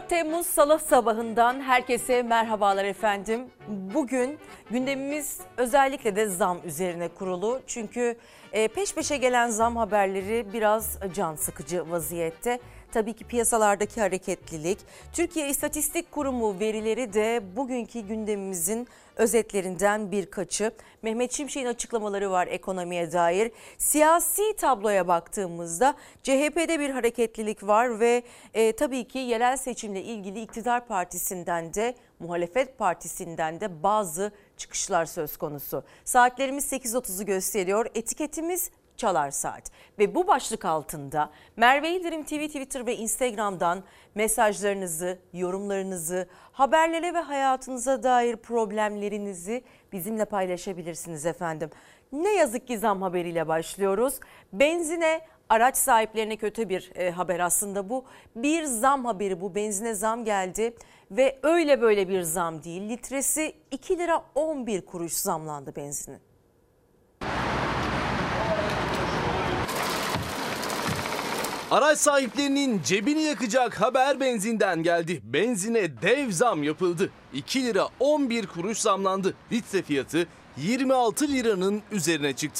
14 Temmuz Salı sabahından herkese merhabalar efendim. Bugün gündemimiz özellikle de zam üzerine kurulu. Çünkü peş peşe gelen zam haberleri biraz can sıkıcı vaziyette. Tabii ki piyasalardaki hareketlilik, Türkiye İstatistik Kurumu verileri de bugünkü gündemimizin özetlerinden birkaçı. Mehmet Şimşek'in açıklamaları var ekonomiye dair. Siyasi tabloya baktığımızda CHP'de bir hareketlilik var ve tabii ki yerel seçimle ilgili iktidar partisinden de muhalefet partisinden de bazı çıkışlar söz konusu. Saatlerimiz 8.30'u gösteriyor. Etiketimiz Çalar Saat ve bu başlık altında Merve İldirim TV, Twitter ve Instagram'dan mesajlarınızı, yorumlarınızı, haberlere ve hayatınıza dair problemlerinizi bizimle paylaşabilirsiniz efendim. Ne yazık ki zam haberiyle başlıyoruz. Benzine, araç sahiplerine kötü bir haber aslında bu. Bir zam haberi bu, benzine zam geldi ve öyle böyle bir zam değil. Litresi 2 lira 11 kuruş zamlandı benzinin. Araç sahiplerinin cebini yakacak haber benzinden geldi. Benzine dev zam yapıldı. 2 lira 11 kuruş zamlandı. Litre fiyatı 26 liranın üzerine çıktı.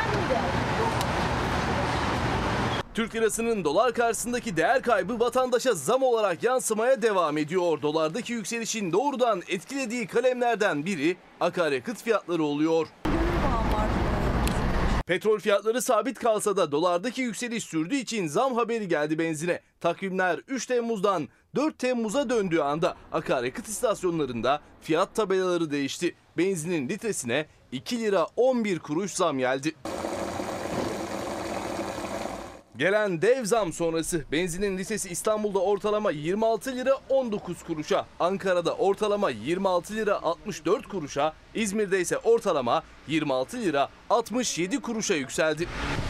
Türk lirasının dolar karşısındaki değer kaybı vatandaşa zam olarak yansımaya devam ediyor. Dolardaki yükselişin doğrudan etkilediği kalemlerden biri akaryakıt fiyatları oluyor. Petrol fiyatları sabit kalsa da dolardaki yükseliş sürdüğü için zam haberi geldi benzine. Takvimler 3 Temmuz'dan 4 Temmuz'a döndüğü anda akaryakıt istasyonlarında fiyat tabelaları değişti. Benzinin litresine 2 lira 11 kuruş zam geldi. Gelen dev zam sonrası benzinin litresi İstanbul'da ortalama 26 lira 19 kuruşa, Ankara'da ortalama 26 lira 64 kuruşa, İzmir'de ise ortalama 26 lira 67 kuruşa yükseldi.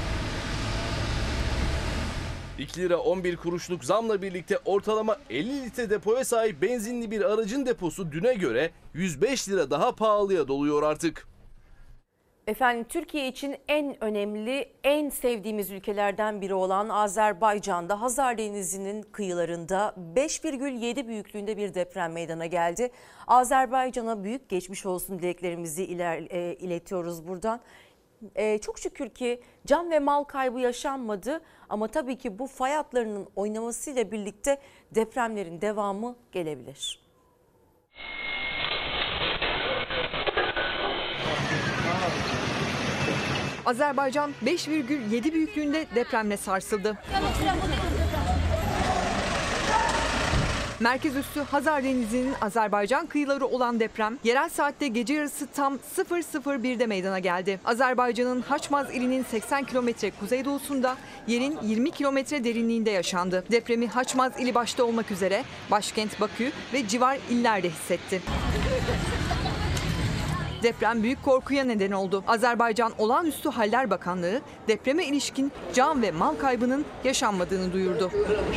2 lira 11 kuruşluk zamla birlikte ortalama 50 litre depoya sahip benzinli bir aracın deposu düne göre 105 lira daha pahalıya doluyor artık. Efendim Türkiye için en önemli, en sevdiğimiz ülkelerden biri olan Azerbaycan'da Hazar Denizi'nin kıyılarında 5,7 büyüklüğünde bir deprem meydana geldi. Azerbaycan'a büyük geçmiş olsun dileklerimizi iletiyoruz buradan. Çok şükür ki can ve mal kaybı yaşanmadı ama tabii ki bu fay hatlarının oynamasıyla birlikte depremlerin devamı gelebilir. Azerbaycan 5,7 büyüklüğünde depremle sarsıldı. Merkez üssü Hazar Denizi'nin Azerbaycan kıyıları olan deprem yerel saatte gece yarısı tam 00:01'de meydana geldi. Azerbaycan'ın Haçmaz ilinin 80 kilometre kuzeydoğusunda yerin 20 kilometre derinliğinde yaşandı. Depremi Haçmaz ili başta olmak üzere başkent Bakü ve civar illerde hissetti. Deprem büyük korkuya neden oldu. Azerbaycan Olağanüstü Haller Bakanlığı depreme ilişkin can ve mal kaybının yaşanmadığını duyurdu.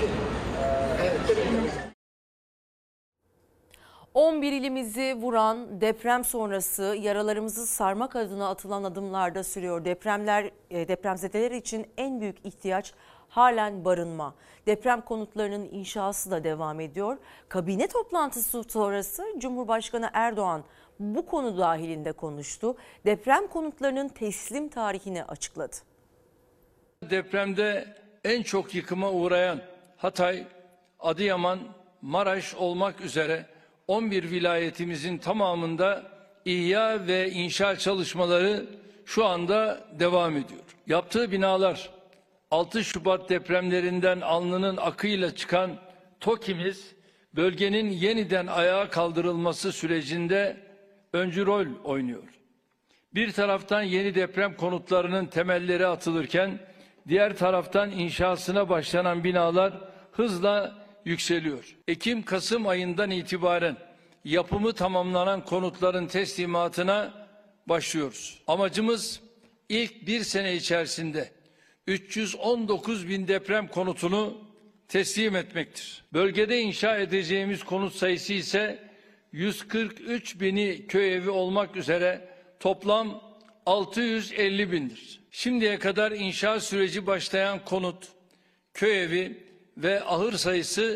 11 ilimizi vuran deprem sonrası yaralarımızı sarmak adına atılan adımlar da sürüyor. Depremzedeler için en büyük ihtiyaç halen barınma. Deprem konutlarının inşası da devam ediyor. Kabine toplantısı sonrası Cumhurbaşkanı Erdoğan bu konu dahilinde konuştu. Deprem konutlarının teslim tarihini açıkladı. Depremde en çok yıkıma uğrayan Hatay, Adıyaman, Maraş olmak üzere 11 vilayetimizin tamamında ihya ve inşaat çalışmaları şu anda devam ediyor. Yaptığı binalar 6 Şubat depremlerinden alnının akıyla çıkan TOKİ'miz bölgenin yeniden ayağa kaldırılması sürecinde öncü rol oynuyor. Bir taraftan yeni deprem konutlarının temelleri atılırken diğer taraftan inşasına başlanan binalar hızla yükseliyor. Ekim-Kasım ayından itibaren yapımı tamamlanan konutların teslimatına başlıyoruz. Amacımız ilk bir sene içerisinde 319 bin deprem konutunu teslim etmektir. Bölgede inşa edeceğimiz konut sayısı ise 143 bini köy evi olmak üzere toplam 650 bindir. Şimdiye kadar inşaat süreci başlayan konut, köy evi ve ahır sayısı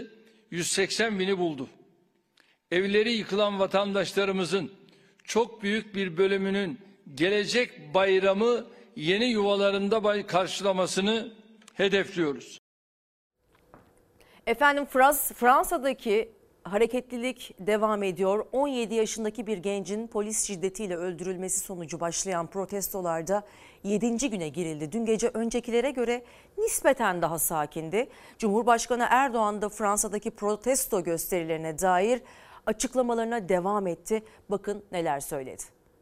180 bini buldu. Evleri yıkılan vatandaşlarımızın çok büyük bir bölümünün gelecek bayramı yeni yuvalarında karşılamasını hedefliyoruz. Efendim Fransa'daki hareketlilik devam ediyor. 17 yaşındaki bir gencin polis şiddetiyle öldürülmesi sonucu başlayan protestolarda 7. güne girildi. Dün gece öncekilere göre nispeten daha sakindi. Cumhurbaşkanı Erdoğan da Fransa'daki protesto gösterilerine dair açıklamalarına devam etti. Bakın neler söyledi.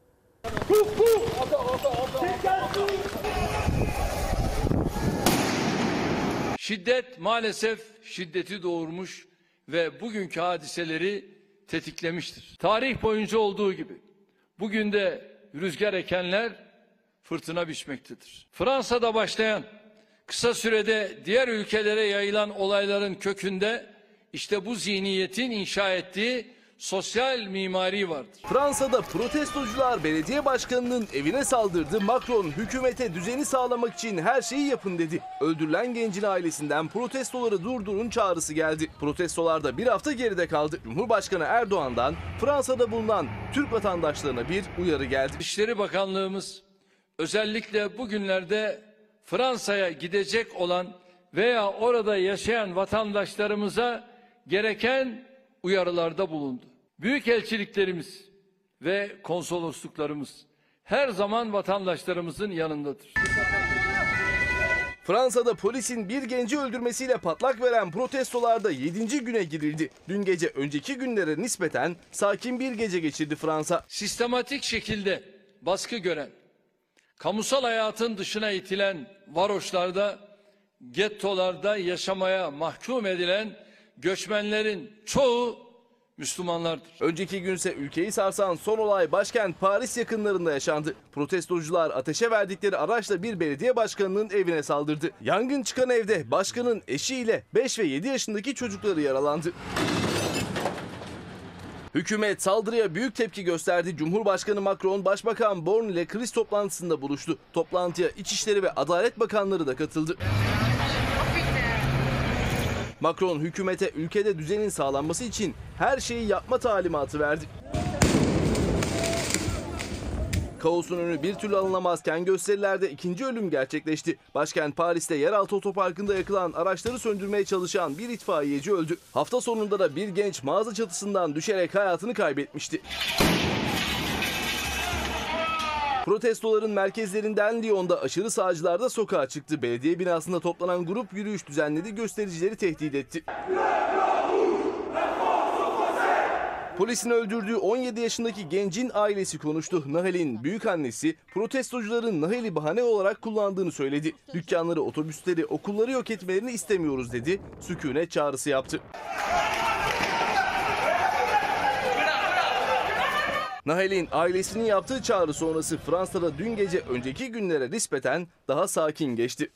Şiddet maalesef şiddeti doğurmuş ve bugünkü hadiseleri tetiklemiştir. Tarih boyunca olduğu gibi bugün de rüzgar ekenler fırtına biçmektedir. Fransa'da başlayan kısa sürede diğer ülkelere yayılan olayların kökünde işte bu zihniyetin inşa ettiği sosyal mimari vardır. Fransa'da protestocular belediye başkanının evine saldırdı. Macron hükümete düzeni sağlamak için her şeyi yapın dedi. Öldürülen gencin ailesinden protestoları durdurun çağrısı geldi. Protestolarda bir hafta geride kaldı. Cumhurbaşkanı Erdoğan'dan Fransa'da bulunan Türk vatandaşlarına bir uyarı geldi. İçişleri Bakanlığımız özellikle bugünlerde Fransa'ya gidecek olan veya orada yaşayan vatandaşlarımıza gereken uyarılarda bulundu. Büyükelçiliklerimiz ve konsolosluklarımız her zaman vatandaşlarımızın yanındadır. Fransa'da polisin bir genci öldürmesiyle patlak veren protestolarda 7. güne girildi. Dün gece önceki günlere nispeten sakin bir gece geçirdi Fransa. Sistematik şekilde baskı gören, kamusal hayatın dışına itilen varoşlarda, gettolarda yaşamaya mahkum edilen göçmenlerin çoğu Müslümanlardır. Önceki günse ülkeyi sarsan son olay başkent Paris yakınlarında yaşandı. Protestocular ateşe verdikleri araçla bir belediye başkanının evine saldırdı. Yangın çıkan evde başkanın eşiyle 5 ve 7 yaşındaki çocukları yaralandı. Hükümet saldırıya büyük tepki gösterdi. Cumhurbaşkanı Macron, Başbakan Born ile kriz toplantısında buluştu. Toplantıya İçişleri ve Adalet Bakanları da katıldı. Macron hükümete ülkede düzenin sağlanması için her şeyi yapma talimatı verdi. Kaosun önü bir türlü alınamazken gösterilerde ikinci ölüm gerçekleşti. Başkent Paris'te yeraltı otoparkında yakılan araçları söndürmeye çalışan bir itfaiyeci öldü. Hafta sonunda da bir genç mağaza çatısından düşerek hayatını kaybetmişti. Protestoların merkezlerinden Lyon'da aşırı sağcılar da sokağa çıktı. Belediye binasında toplanan grup yürüyüş düzenledi, göstericileri tehdit etti. Polisin öldürdüğü 17 yaşındaki gencin ailesi konuştu. Nahel'in büyükannesi protestocuların Nahel'i bahane olarak kullandığını söyledi. Dükkanları, otobüsleri, okulları yok etmelerini istemiyoruz dedi. Sükunet çağrısı yaptı. Nahel'in ailesinin yaptığı çağrı sonrası Fransa'da dün gece önceki günlere nispeten daha sakin geçti.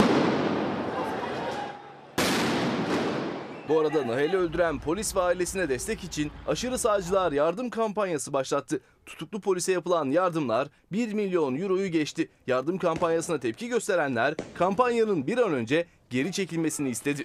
Bu arada Nahel'i öldüren polis ve ailesine destek için aşırı sağcılar yardım kampanyası başlattı. Tutuklu polise yapılan yardımlar 1 milyon euroyu geçti. Yardım kampanyasına tepki gösterenler kampanyanın bir an önce geri çekilmesini istedi.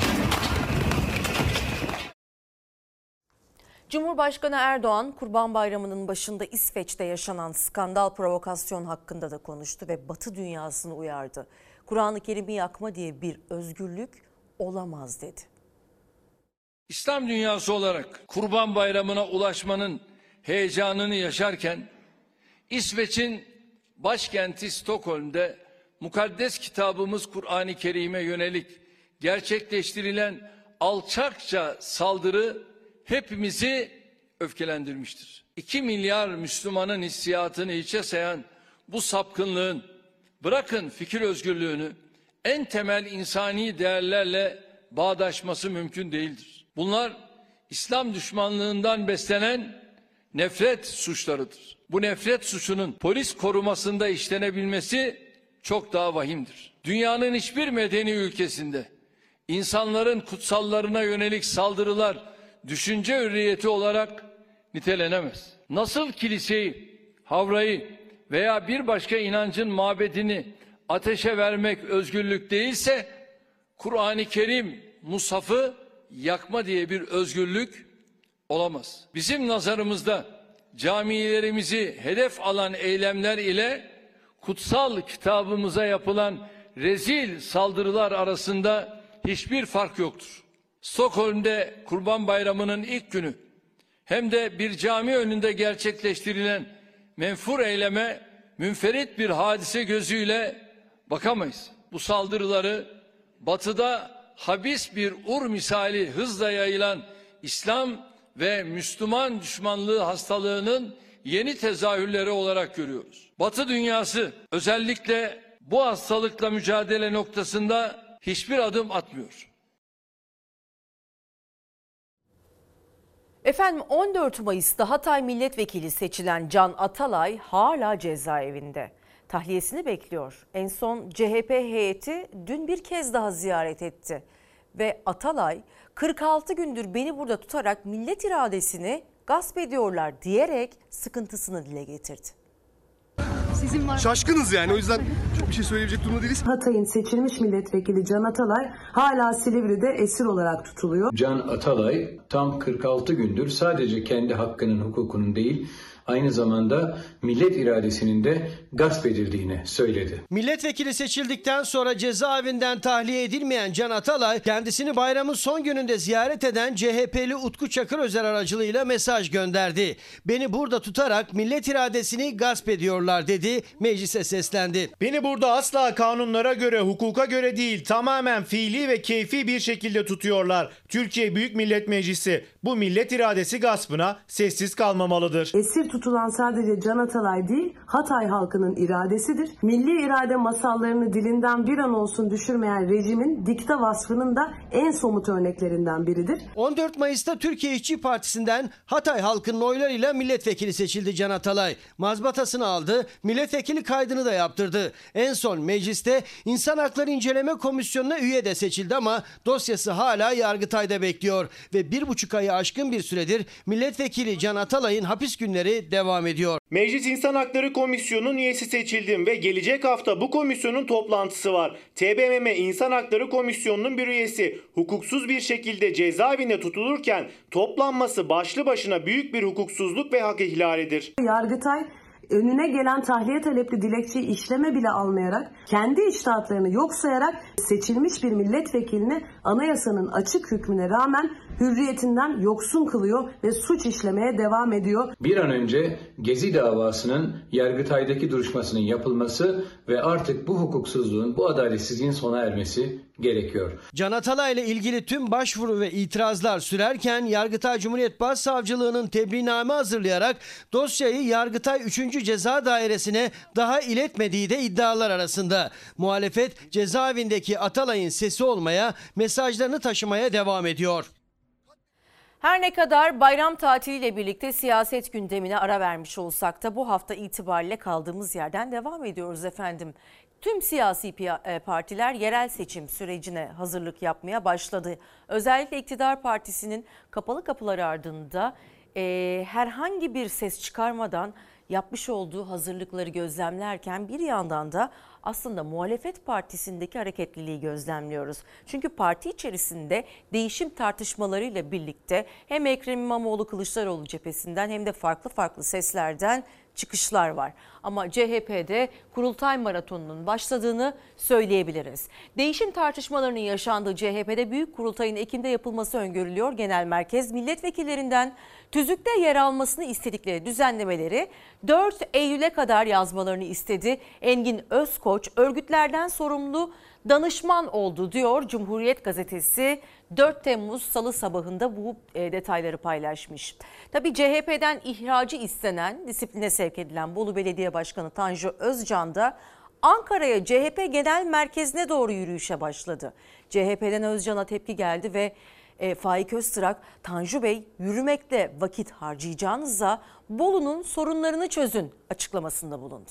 Cumhurbaşkanı Erdoğan, Kurban Bayramı'nın başında İsveç'te yaşanan skandal provokasyon hakkında da konuştu ve Batı dünyasını uyardı. Kur'an-ı Kerim'i yakma diye bir özgürlük olamaz dedi. İslam dünyası olarak Kurban Bayramı'na ulaşmanın heyecanını yaşarken İsveç'in başkenti Stockholm'de mukaddes kitabımız Kur'an-ı Kerim'e yönelik gerçekleştirilen alçakça saldırı hepimizi öfkelendirmiştir. 2 milyar Müslümanın hissiyatını hiçe sayan bu sapkınlığın bırakın fikir özgürlüğünü en temel insani değerlerle bağdaşması mümkün değildir. Bunlar İslam düşmanlığından beslenen nefret suçlarıdır. Bu nefret suçunun polis korumasında işlenebilmesi çok daha vahimdir. Dünyanın hiçbir medeni ülkesinde insanların kutsallarına yönelik saldırılar düşünce hürriyeti olarak nitelenemez. Nasıl kiliseyi, havrayı veya bir başka inancın mabedini ateşe vermek özgürlük değilse, Kur'an-ı Kerim, Mushaf'ı yakma diye bir özgürlük olamaz. Bizim nazarımızda camilerimizi hedef alan eylemler ile kutsal kitabımıza yapılan rezil saldırılar arasında hiçbir fark yoktur. Stockholm'de Kurban Bayramı'nın ilk günü hem de bir cami önünde gerçekleştirilen menfur eyleme münferit bir hadise gözüyle bakamayız. Bu saldırıları batıda habis bir misali hızla yayılan İslam ve Müslüman düşmanlığı hastalığının yeni tezahürleri olarak görüyoruz. Batı dünyası özellikle bu hastalıkla mücadele noktasında hiçbir adım atmıyor. Efendim 14 Mayıs'ta Hatay Milletvekili seçilen Can Atalay hala cezaevinde. Tahliyesini bekliyor. En son CHP heyeti dün bir kez daha ziyaret etti. Ve Atalay 46 gündür beni burada tutarak millet iradesini gasp ediyorlar diyerek sıkıntısını dile getirdi. Şaşkınız yani, o yüzden çok bir şey söyleyebilecek durumda değiliz. Hatay'ın seçilmiş milletvekili Can Atalay hala Silivri'de esir olarak tutuluyor. Can Atalay tam 46 gündür sadece kendi hakkının, hukukunun değil, aynı zamanda millet iradesinin de gasp edildiğini söyledi. Milletvekili seçildikten sonra cezaevinden tahliye edilmeyen Can Atalay, kendisini bayramın son gününde ziyaret eden CHP'li Utku Çakırözer aracılığıyla mesaj gönderdi. Beni burada tutarak millet iradesini gasp ediyorlar dedi, meclise seslendi. Beni burada asla kanunlara göre, hukuka göre değil, tamamen fiili ve keyfi bir şekilde tutuyorlar. Türkiye Büyük Millet Meclisi bu millet iradesi gaspına sessiz kalmamalıdır. Esir tutulan sadece Can Atalay değil, Hatay halkının iradesidir. Milli irade masallarını dilinden bir an olsun düşürmeyen rejimin dikta vasfının da en somut örneklerinden biridir. 14 Mayıs'ta Türkiye İşçi Partisi'nden Hatay halkının oylarıyla milletvekili seçildi Can Atalay. Mazbatasını aldı, milletvekili kaydını da yaptırdı. En son mecliste İnsan Hakları İnceleme Komisyonu'na üye de seçildi ama dosyası hala Yargıtay'da bekliyor. Ve 1,5 ayı aşkın bir süredir milletvekili Can Atalay'ın hapis günleri devam ediyor. Meclis İnsan Hakları Komisyonu'nun üyesi seçildim ve gelecek hafta bu komisyonun toplantısı var. TBMM İnsan Hakları Komisyonu'nun bir üyesi hukuksuz bir şekilde cezaevinde tutulurken toplanması başlı başına büyük bir hukuksuzluk ve hak ihlalidir. Yargıtay önüne gelen tahliye talepli dilekçeyi işleme bile almayarak, kendi içtihatlarını yok sayarak seçilmiş bir milletvekilini anayasanın açık hükmüne rağmen hürriyetinden yoksun kılıyor ve suç işlemeye devam ediyor. Bir an önce Gezi davasının Yargıtay'daki duruşmasının yapılması ve artık bu hukuksuzluğun, bu adaletsizliğin sona ermesi gerekiyor. Can Atalay ile ilgili tüm başvuru ve itirazlar sürerken Yargıtay Cumhuriyet Başsavcılığı'nın tebliğname hazırlayarak dosyayı Yargıtay 3. Ceza Dairesi'ne daha iletmediği de iddialar arasında. Muhalefet cezaevindeki Atalay'ın sesi olmaya, mesajlarını taşımaya devam ediyor. Her ne kadar bayram tatiliyle birlikte siyaset gündemine ara vermiş olsak da bu hafta itibariyle kaldığımız yerden devam ediyoruz efendim. Tüm siyasi partiler yerel seçim sürecine hazırlık yapmaya başladı. Özellikle iktidar partisinin kapalı kapılar ardında herhangi bir ses çıkarmadan yapmış olduğu hazırlıkları gözlemlerken bir yandan da aslında muhalefet partisindeki hareketliliği gözlemliyoruz. Çünkü parti içerisinde değişim tartışmalarıyla birlikte hem Ekrem İmamoğlu Kılıçdaroğlu cephesinden hem de farklı seslerden çıkışlar var. Ama CHP'de kurultay maratonunun başladığını söyleyebiliriz. Değişim tartışmalarının yaşandığı CHP'de büyük kurultayın Ekim'de yapılması öngörülüyor. Genel merkez milletvekillerinden tüzükte yer almasını istedikleri düzenlemeleri 4 Eylül'e kadar yazmalarını istedi. Engin Özkoç örgütlerden sorumlu danışman oldu diyor Cumhuriyet Gazetesi. 4 Temmuz Salı sabahında bu detayları paylaşmış. Tabii CHP'den ihracı istenen, disipline sevk edilen Bolu Belediye Başkanı Tanju Özcan da Ankara'ya CHP Genel Merkezi'ne doğru yürüyüşe başladı. CHP'den Özcan'a tepki geldi ve Faik Öztrak, Tanju Bey yürümekte vakit harcayacağınıza Bolu'nun sorunlarını çözün açıklamasında bulundu.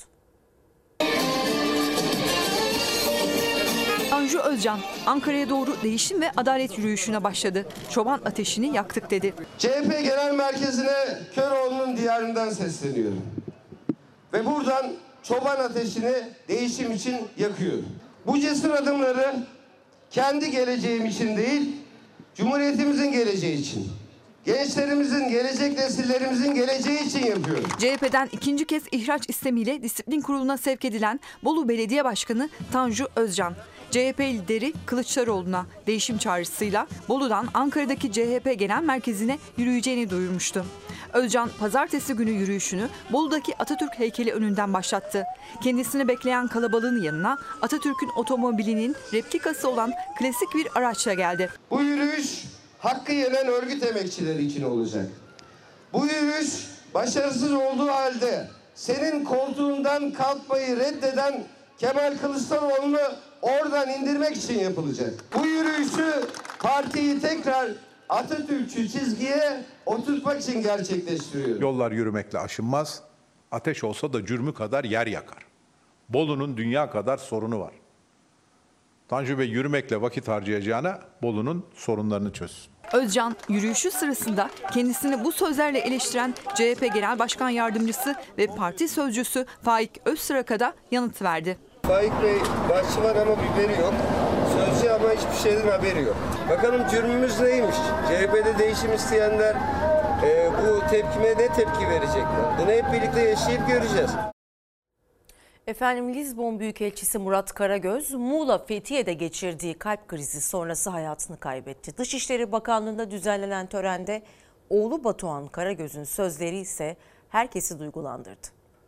Tanju Özcan Ankara'ya doğru değişim ve adalet yürüyüşüne başladı. Çoban ateşini yaktık dedi. CHP Genel Merkezi'ne Köroğlu'nun diyarından sesleniyorum. Ve buradan çoban ateşini değişim için yakıyorum. Bu cesur adımları kendi geleceğim için değil, Cumhuriyetimizin geleceği için, gençlerimizin, gelecek nesillerimizin geleceği için yapıyoruz. CHP'den ikinci kez ihraç istemiyle disiplin kuruluna sevk edilen Bolu Belediye Başkanı Tanju Özcan, CHP lideri Kılıçdaroğlu'na değişim çağrısıyla Bolu'dan Ankara'daki CHP Genel Merkezi'ne yürüyeceğini duyurmuştu. Özcan pazartesi günü yürüyüşünü Bolu'daki Atatürk heykeli önünden başlattı. Kendisini bekleyen kalabalığın yanına Atatürk'ün otomobilinin replikası olan klasik bir araçla geldi. Bu yürüyüş hakkı yenen örgüt emekçileri için olacak. Bu yürüyüş başarısız olduğu halde senin koltuğundan kalkmayı reddeden Kemal Kılıçdaroğlu'nu oradan indirmek için yapılacak. Bu yürüyüşü partiyi tekrar Atatürkçü çizgiye oturtmak için gerçekleştiriyor. Yollar yürümekle aşınmaz. Ateş olsa da cürmü kadar yer yakar. Bolu'nun dünya kadar sorunu var. Tanju Bey yürümekle vakit harcayacağına Bolu'nun sorunlarını çözsün. Özcan yürüyüşü sırasında kendisini bu sözlerle eleştiren CHP Genel Başkan Yardımcısı ve parti sözcüsü Faik Öztrak'a da yanıt verdi. Faik Bey başçı var ama biberi yok. Sözcü ama hiçbir şeyden haberi yok. Bakalım cürmümüz neymiş? CHP'de değişim isteyenler bu tepkime ne tepki verecekler? Bunu hep birlikte yaşayıp göreceğiz. Efendim, Lizbon Büyükelçisi Murat Karagöz, Muğla Fethiye'de geçirdiği kalp krizi sonrası hayatını kaybetti. Dışişleri Bakanlığı'nda düzenlenen törende oğlu Batuhan Karagöz'ün sözleri ise herkesi duygulandırdı.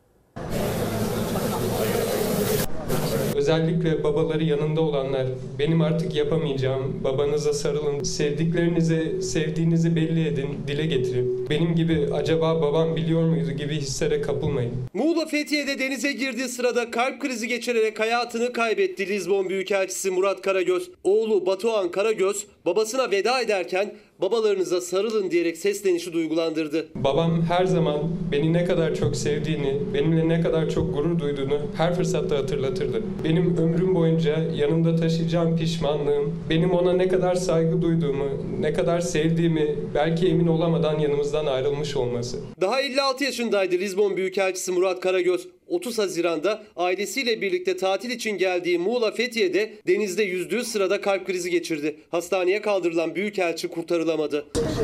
Özellikle babaları yanında olanlar, benim artık yapamayacağım, babanıza sarılın, sevdiklerinize sevdiğinizi belli edin, dile getirin. Benim gibi acaba babam biliyor muydu gibi hislere kapılmayın. Muğla Fethiye'de denize girdiği sırada kalp krizi geçirerek hayatını kaybetti Lizbon Büyükelçisi Murat Karagöz. Oğlu Batuhan Karagöz babasına veda ederken babalarınıza sarılın diyerek seslenişi duygulandırdı. Babam her zaman beni ne kadar çok sevdiğini, benimle ne kadar çok gurur duyduğunu her fırsatta hatırlatırdı. Benim ömrüm boyunca yanımda taşıyacağım pişmanlığım, benim ona ne kadar saygı duyduğumu, ne kadar sevdiğimi belki emin olamadan yanımızdan ayrılmış olması. Daha 56 yaşındaydı Lizbon Büyükelçisi Murat Karagöz. 30 Haziran'da ailesiyle birlikte tatil için geldiği Muğla Fethiye'de denizde yüzdüğü sırada kalp krizi geçirdi. Hastaneye kaldırılan büyükelçi kurtarılamadı.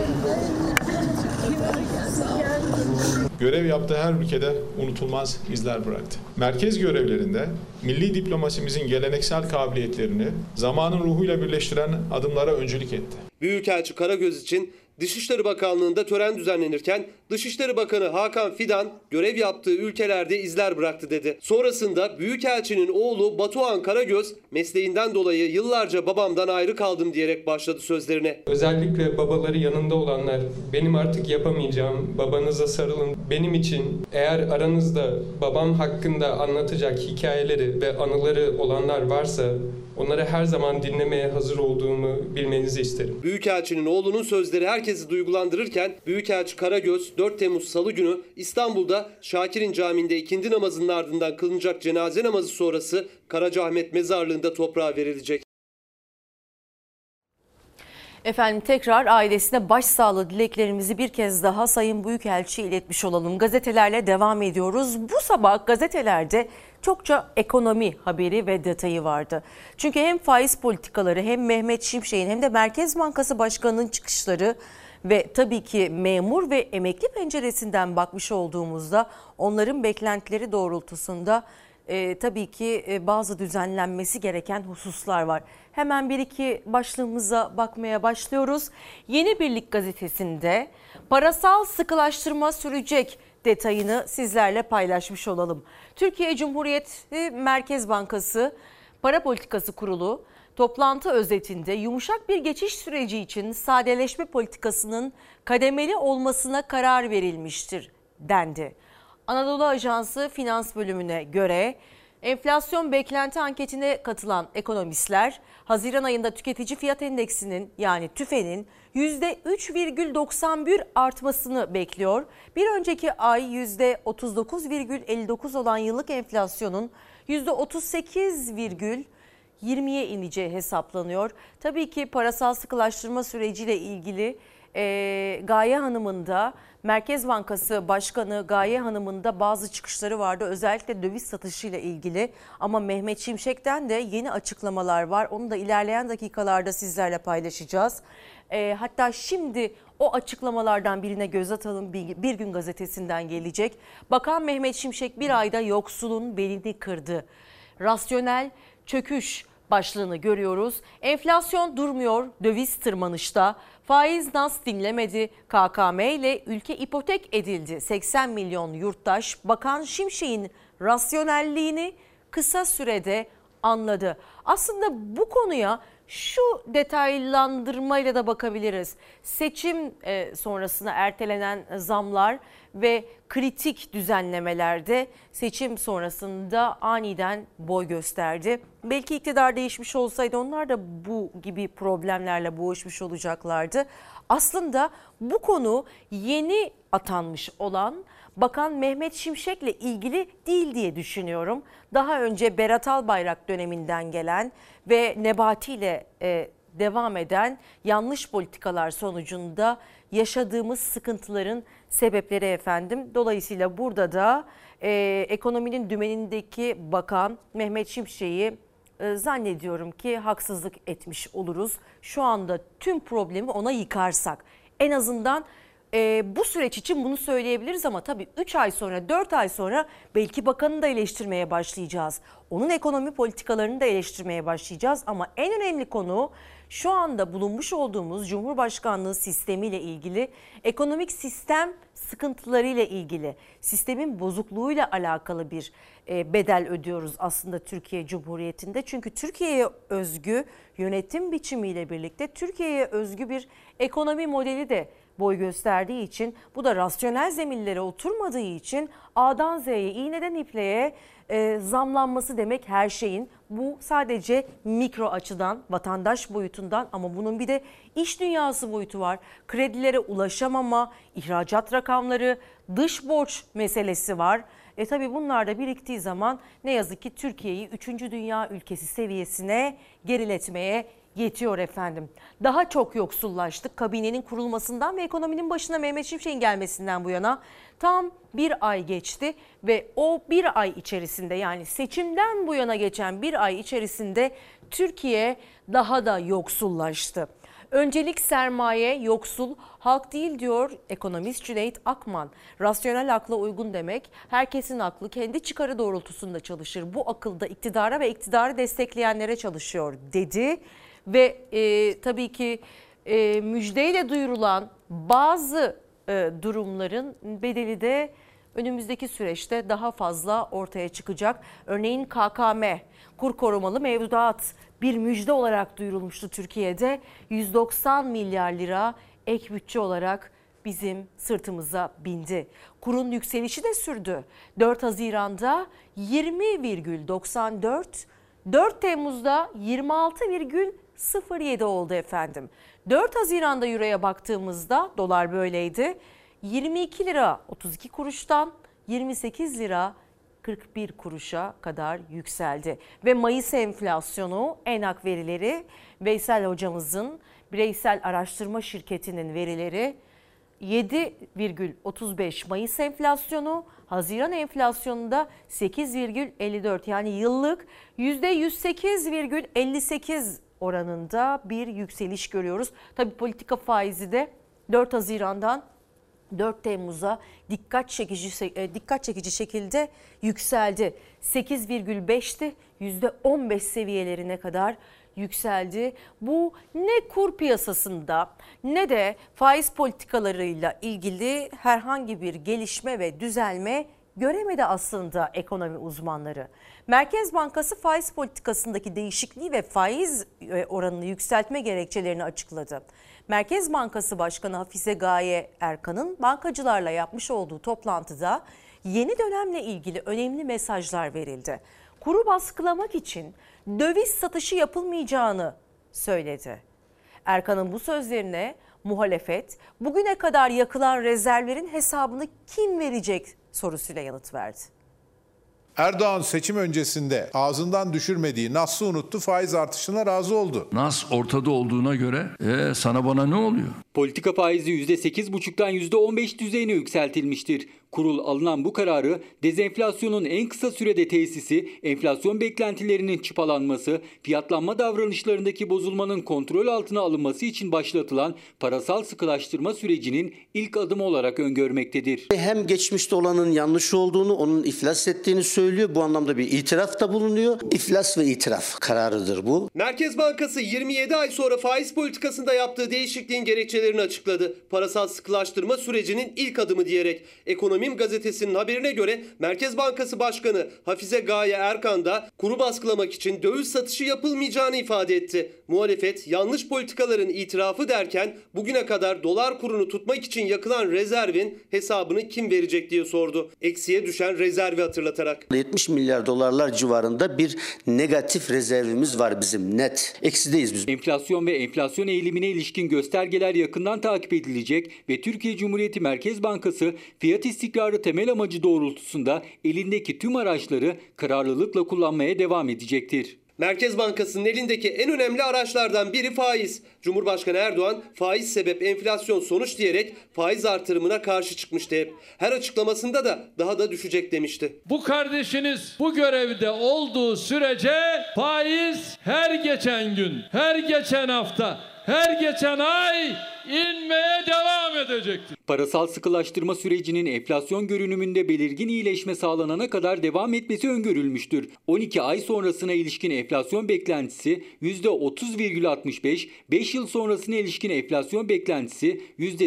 Görev yaptığı her ülkede unutulmaz izler bıraktı. Merkez görevlerinde milli diplomasimizin geleneksel kabiliyetlerini zamanın ruhuyla birleştiren adımlara öncülük etti. Büyükelçi Karagöz için Dışişleri Bakanlığı'nda tören düzenlenirken Dışişleri Bakanı Hakan Fidan görev yaptığı ülkelerde izler bıraktı dedi. Sonrasında Büyükelçinin oğlu Batuhan Karagöz mesleğinden dolayı yıllarca babamdan ayrı kaldım diyerek başladı sözlerine. Özellikle babaları yanında olanlar, benim artık yapamayacağım, babanıza sarılın. Benim için eğer aranızda babam hakkında anlatacak hikayeleri ve anıları olanlar varsa onları her zaman dinlemeye hazır olduğumu bilmenizi isterim. Büyükelçinin oğlunun sözleri herkesi duygulandırırken Büyükelçi Karagöz 4 Temmuz Salı günü İstanbul'da Şakir'in Camii'nde ikindi namazının ardından kılınacak cenaze namazı sonrası Karacaahmet Mezarlığı'nda toprağa verilecek. Efendim, tekrar ailesine başsağlığı dileklerimizi bir kez daha Sayın Büyükelçi'ye iletmiş olalım. Gazetelerle devam ediyoruz. Bu sabah gazetelerde çokça ekonomi haberi ve detayı vardı. Çünkü hem faiz politikaları hem Mehmet Şimşek'in hem de Merkez Bankası Başkanı'nın çıkışları ve tabii ki memur ve emekli penceresinden bakmış olduğumuzda onların beklentileri doğrultusunda tabii ki bazı düzenlenmesi gereken hususlar var. Hemen bir iki başlığımıza bakmaya başlıyoruz. Yeni Birlik gazetesinde parasal sıkılaştırma sürecek detayını sizlerle paylaşmış olalım. Türkiye Cumhuriyeti Merkez Bankası Para Politikası Kurulu toplantı özetinde yumuşak bir geçiş süreci için sadeleşme politikasının kademeli olmasına karar verilmiştir dendi. Anadolu Ajansı Finans Bölümüne göre enflasyon beklenti anketine katılan ekonomistler Haziran ayında tüketici fiyat endeksinin yani TÜFE'nin %3,91 artmasını bekliyor. Bir önceki ay %39,59 olan yıllık enflasyonun %38,20'ye ineceği hesaplanıyor. Tabii ki parasal sıkılaştırma süreciyle ilgili Gaye Hanım'ın da, Merkez Bankası Başkanı Gaye Hanım'ın da bazı çıkışları vardı. Özellikle döviz satışıyla ilgili. Ama Mehmet Şimşek'ten de yeni açıklamalar var. Onu da ilerleyen dakikalarda sizlerle paylaşacağız. Hatta şimdi o açıklamalardan birine göz atalım. Bir Gün Gazetesi'nden gelecek. Bakan Mehmet Şimşek bir ayda yoksulun belini kırdı. Rasyonel çöküş başlığını görüyoruz. Enflasyon durmuyor, döviz tırmanışta. Faiz nas dinlemedi. KKM ile ülke ipotek edildi. 80 milyon yurttaş Bakan Şimşek'in rasyonelliğini kısa sürede anladı. Aslında bu konuya şu detaylandırmayla da bakabiliriz. Seçim sonrasında ertelenen zamlar ve kritik düzenlemelerde seçim sonrasında aniden boy gösterdi. Belki iktidar değişmiş olsaydı onlar da bu gibi problemlerle boğuşmuş olacaklardı. Aslında bu konu yeni atanmış olan Bakan Mehmet Şimşek'le ilgili değil diye düşünüyorum. Daha önce Berat Albayrak döneminden gelen ve Nebati ile devam eden yanlış politikalar sonucunda yaşadığımız sıkıntıların sebepleri efendim. Dolayısıyla burada da ekonominin dümenindeki Bakan Mehmet Şimşek'i zannediyorum ki haksızlık etmiş oluruz. Şu anda tüm problemi ona yıkarsak en azından bu süreç için bunu söyleyebiliriz ama tabii 3 ay sonra 4 ay sonra belki bakanı da eleştirmeye başlayacağız. Onun ekonomi politikalarını da eleştirmeye başlayacağız ama en önemli konu şu anda bulunmuş olduğumuz Cumhurbaşkanlığı sistemiyle ilgili, ekonomik sistem sıkıntılarıyla ilgili, sistemin bozukluğuyla alakalı bir bedel ödüyoruz aslında Türkiye Cumhuriyeti'nde. Çünkü Türkiye'ye özgü yönetim biçimiyle birlikte Türkiye'ye özgü bir ekonomi modeli de boy gösterdiği için, bu da rasyonel zeminlere oturmadığı için A'dan Z'ye, iğneden ipliğe zamlanması demek her şeyin. Bu sadece mikro açıdan, vatandaş boyutundan ama bunun bir de iş dünyası boyutu var. Kredilere ulaşamama, ihracat rakamları, dış borç meselesi var. Tabii bunlar da biriktiği zaman ne yazık ki Türkiye'yi 3. dünya ülkesi seviyesine geriletmeye yetiyor efendim. Daha çok yoksullaştık kabinenin kurulmasından ve ekonominin başına Mehmet Şimşek'in gelmesinden bu yana. Tam bir ay geçti ve o bir ay içerisinde, yani seçimden bu yana geçen bir ay içerisinde Türkiye daha da yoksullaştı. Öncelik sermaye, yoksul, halk değil diyor ekonomist Cüneyt Akman. Rasyonel akla uygun demek, herkesin aklı kendi çıkarı doğrultusunda çalışır. Bu akılda iktidara ve iktidarı destekleyenlere çalışıyor dedi. Ve tabii ki müjdeyle duyurulan bazı durumların bedeli de önümüzdeki süreçte daha fazla ortaya çıkacak. Örneğin KKM, kur korumalı mevduat bir müjde olarak duyurulmuştu Türkiye'de. 190 milyar lira ek bütçe olarak bizim sırtımıza bindi. Kurun yükselişi de sürdü. 4 Haziran'da 20,94, 4 Temmuz'da 26,07 oldu efendim. 4 Haziran'da euroya baktığımızda dolar böyleydi. 22 lira 32 kuruştan 28 lira 41 kuruşa kadar yükseldi. Ve Mayıs enflasyonu ENAK verileri, Veysel hocamızın bireysel araştırma şirketinin verileri 7,35 Mayıs enflasyonu, Haziran enflasyonunda 8,54 yani yıllık %108,58 oranında bir yükseliş görüyoruz. Tabii politika faizi de 4 Haziran'dan 4 Temmuz'a dikkat çekici şekilde yükseldi. 8,5'ti, %15 seviyelerine kadar yükseldi. Bu ne kur piyasasında ne de faiz politikalarıyla ilgili herhangi bir gelişme ve düzelme göremedi aslında ekonomi uzmanları. Merkez Bankası faiz politikasındaki değişikliği ve faiz oranını yükseltme gerekçelerini açıkladı. Merkez Bankası Başkanı Hafize Gaye Erkan'ın bankacılarla yapmış olduğu toplantıda yeni dönemle ilgili önemli mesajlar verildi. Kuru baskılamak için döviz satışı yapılmayacağını söyledi. Erkan'ın bu sözlerine muhalefet bugüne kadar yakılan rezervlerin hesabını kim verecek sorusuyla yanıt verdi. Erdoğan seçim öncesinde ağzından düşürmediği Nas'ı unuttu, faiz artışına razı oldu. Nas ortada olduğuna göre sana bana ne oluyor? Politika faizi %8,5'tan %15 düzeyine yükseltilmiştir. Kurul alınan bu kararı dezenflasyonun en kısa sürede tesisi, enflasyon beklentilerinin çıpalanması, fiyatlanma davranışlarındaki bozulmanın kontrol altına alınması için başlatılan parasal sıkılaştırma sürecinin ilk adımı olarak öngörmektedir. Hem geçmişte olanın yanlış olduğunu, onun iflas ettiğini söylüyor. Bu anlamda bir itiraf da bulunuyor. İflas ve itiraf kararıdır bu. Merkez Bankası 27 ay sonra faiz politikasında yaptığı değişikliğin gerekçelerini açıkladı. Parasal sıkılaştırma sürecinin ilk adımı diyerek. Ekonomim gazetesinin haberine göre Merkez Bankası Başkanı Hafize Gaye Erkan da kuru baskılamak için döviz satışı yapılmayacağını ifade etti. Muhalefet yanlış politikaların itirafı derken bugüne kadar dolar kurunu tutmak için yakılan rezervin hesabını kim verecek diye sordu. Eksiye düşen rezervi hatırlatarak. 70 milyar dolarlar civarında bir negatif rezervimiz var bizim, net. Eksideyiz biz. Enflasyon ve enflasyon eğilimine ilişkin göstergeler yakından takip edilecek ve Türkiye Cumhuriyeti Merkez Bankası fiyat istikrarı temel amacı doğrultusunda elindeki tüm araçları kararlılıkla kullanmaya devam edecektir. Merkez Bankası'nın elindeki en önemli araçlardan biri faiz. Cumhurbaşkanı Erdoğan faiz sebep enflasyon sonuç diyerek faiz artırımına karşı çıkmıştı hep. Her açıklamasında da daha da düşecek demişti. Bu kardeşiniz bu görevde olduğu sürece faiz her geçen gün, her geçen hafta, her geçen ay inmeye devam edecektir. Parasal sıkılaştırma sürecinin enflasyon görünümünde belirgin iyileşme sağlanana kadar devam etmesi öngörülmüştür. 12 ay sonrasına ilişkin enflasyon beklentisi %30,65, 5 yıl sonrasına ilişkin enflasyon beklentisi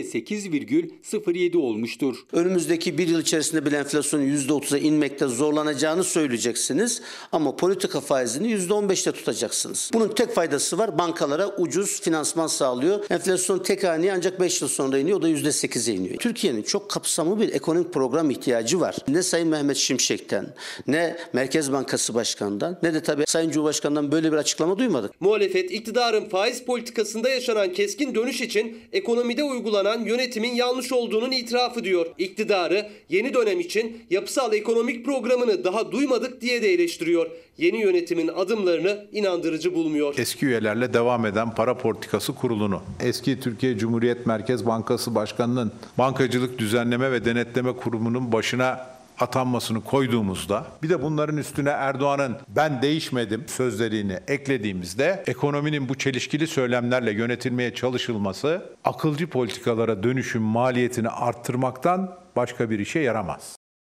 %8,07 olmuştur. Önümüzdeki bir yıl içerisinde bile enflasyonun %30'a inmekte zorlanacağını söyleyeceksiniz ama politika faizini %15'te tutacaksınız. Bunun tek faydası var, bankalara ucuz finansman sağlıyor. Enflasyon tek haneye ancak 5 yıl sonra iniyor, o da %8'e iniyor. Türkiye'nin çok kapsamlı bir ekonomik program ihtiyacı var. Ne Sayın Mehmet Şimşek'ten, ne Merkez Bankası Başkanı'ndan, ne de tabii Sayın Cumhurbaşkanı'ndan böyle bir açıklama duymadık. Muhalefet iktidarın faiz politikasında yaşanan keskin dönüş için ekonomide uygulanan yönetimin yanlış olduğunun itirafı diyor. İktidarı yeni dönem için yapısal ekonomik programını daha duymadık diye de eleştiriyor. Yeni yönetimin adımlarını inandırıcı bulmuyor. Eski üyelerle devam eden Para Politikası Kurulu'nu, eski Türkiye Cumhuriyet Merkez Bankası Başkanı'nın Bankacılık Düzenleme ve Denetleme Kurumu'nun başına atanmasını koyduğumuzda, bir de bunların üstüne Erdoğan'ın "ben değişmedim" sözlerini eklediğimizde ekonominin bu çelişkili söylemlerle yönetilmeye çalışılması akılcı politikalara dönüşüm maliyetini arttırmaktan başka bir işe yaramaz.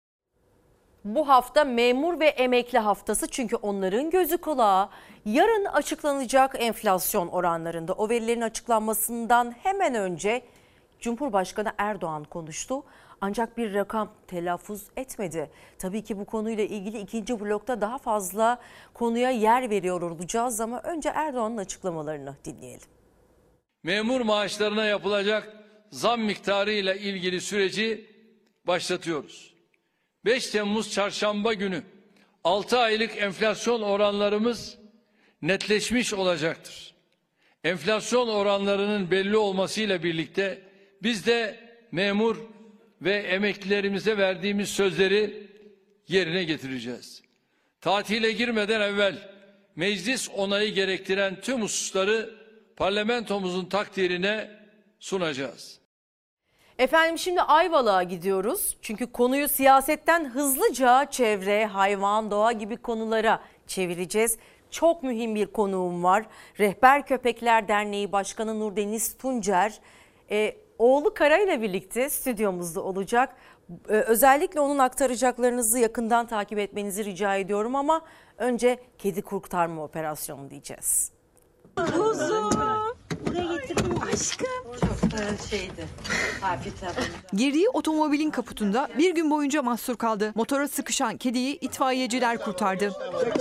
Bu hafta memur ve emekli haftası, çünkü onların gözü kulağı yarın açıklanacak enflasyon oranlarında. O verilerin açıklanmasından hemen önce Cumhurbaşkanı Erdoğan konuştu. Ancak bir rakam telaffuz etmedi. Tabii ki bu konuyla ilgili ikinci blokta daha fazla konuya yer veriyor olacağız ama önce Erdoğan'ın açıklamalarını dinleyelim. Memur maaşlarına yapılacak zam miktarıyla ilgili süreci başlatıyoruz. 5 Temmuz çarşamba günü 6 aylık enflasyon oranlarımız netleşmiş olacaktır. Enflasyon oranlarının belli olmasıyla birlikte biz de memur ve emeklilerimize verdiğimiz sözleri yerine getireceğiz. Tatile girmeden evvel meclis onayı gerektiren tüm hususları parlamentomuzun takdirine sunacağız. Efendim şimdi Ayvalık'a gidiyoruz. Çünkü konuyu siyasetten hızlıca çevre, hayvan, doğa gibi konulara çevireceğiz. Çok mühim bir konuğum var. Rehber Köpekler Derneği Başkanı Nurdeniz Tuncer. Oğlu Kara ile birlikte stüdyomuzda olacak. Özellikle onun aktaracaklarınızı yakından takip etmenizi rica ediyorum ama önce kedi kurtarma operasyonu diyeceğiz. Kuzum. Buraya getirdim aşkım. Çok şeydi. Girdiği otomobilin kaputunda bir gün boyunca mahsur kaldı. Motora sıkışan kediyi itfaiyeciler kurtardı.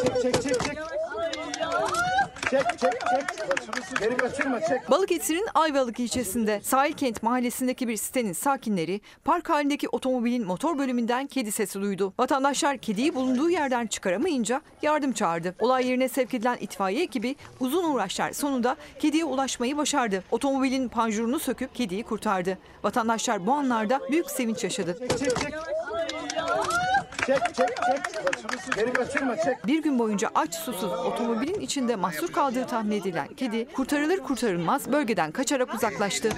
Geri kaçırma, çek. Balıkesir'in Ayvalık ilçesinde Sahilkent mahallesindeki bir sitenin sakinleri park halindeki otomobilin motor bölümünden kedi sesi duydu. Vatandaşlar kediyi bulunduğu yerden çıkaramayınca yardım çağırdı. Olay yerine sevk edilen itfaiye ekibi uzun uğraşlar sonunda kediye ulaşmayı başardı. Otomobilin panjurunu söküp kediyi kurtardı. Vatandaşlar bu anlarda büyük sevinç yaşadı. Geri kaçırma, çek. Bir gün boyunca aç susuz otomobilin içinde mahsur kaldığı tahmin edilen kedi kurtarılır kurtarılmaz bölgeden kaçarak uzaklaştı.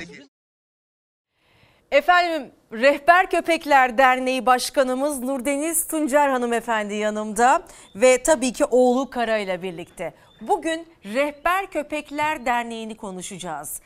Efendim, Rehber Köpekler Derneği Başkanımız Nurdeniz Tuncer hanımefendi yanımda ve tabii ki oğlu Kara ile birlikte. Bugün Rehber Köpekler Derneği'ni konuşacağız.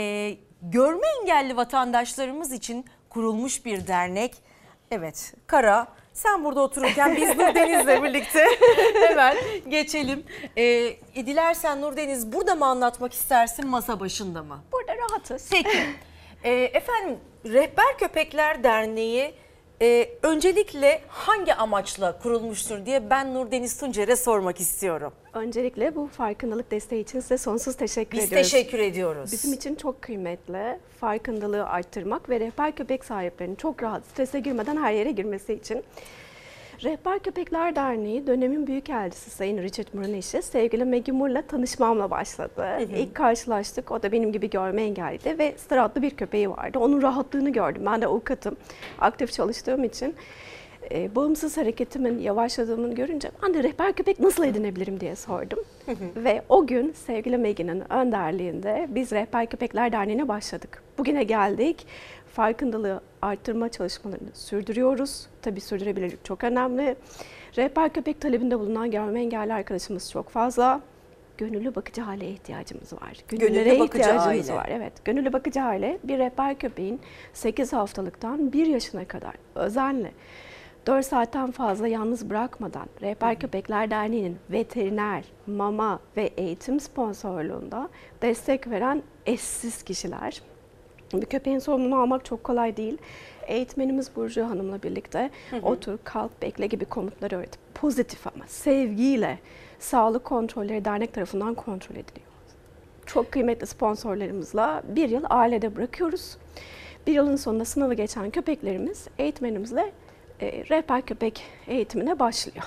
Görme engelli vatandaşlarımız için kurulmuş bir dernek. Evet, Kara, sen burada otururken biz Nurdeniz'le birlikte hemen geçelim. Dilersen Nurdeniz, burada mı anlatmak istersin, masa başında mı? Burada rahatız. Peki. Efendim, Rehber Köpekler Derneği öncelikle hangi amaçla kurulmuştur diye ben Nurdeniz Tuncer'e sormak istiyorum. Öncelikle bu farkındalık desteği için size sonsuz teşekkür ediyoruz. Biz teşekkür ediyoruz. Bizim için çok kıymetli farkındalığı arttırmak ve rehber köpek sahiplerinin çok rahat strese girmeden her yere girmesi için. Rehber Köpekler Derneği dönemin büyükelçisi Sayın Richard Moore'un eşi sevgili Maggie Moore'la tanışmamla başladı. İlk karşılaştık. O da benim gibi görme engelliydi ve strahatlı bir köpeği vardı. Onun rahatlığını gördüm. Ben de avukatım. Aktif çalıştığım için bağımsız hareketimin yavaşladığını görünce ben de rehber köpek nasıl edinebilirim diye sordum. Ve o gün sevgili Maggie'nin önderliğinde biz Rehber Köpekler Derneği'ne başladık. Bugüne geldik. Farkındalığı arttırma çalışmalarını sürdürüyoruz. Tabii sürdürebilirlik çok önemli. Rehber köpek talebinde bulunan görme engelli arkadaşımız çok fazla. Gönüllü bakıcı aileye ihtiyacımız var. Gönüllülere ihtiyacımız var. Evet, gönüllü bakıcı aile bir rehber köpeğin 8 haftalıktan 1 yaşına kadar özenle 4 saatten fazla yalnız bırakmadan Rehber Köpekler Derneği'nin veteriner, mama ve eğitim sponsorluğunda destek veren eşsiz kişiler. Bir köpeğin sorumluluğunu almak çok kolay değil. Eğitmenimiz Burcu Hanım'la birlikte otur, kalk, bekle gibi komutları öğretip pozitif ama sevgiyle sağlık kontrolleri dernek tarafından kontrol ediliyor. Çok kıymetli sponsorlarımızla 1 yıl ailede bırakıyoruz. 1 yılın sonunda sınavı geçen köpeklerimiz eğitmenimizle rehber köpek eğitimine başlıyor.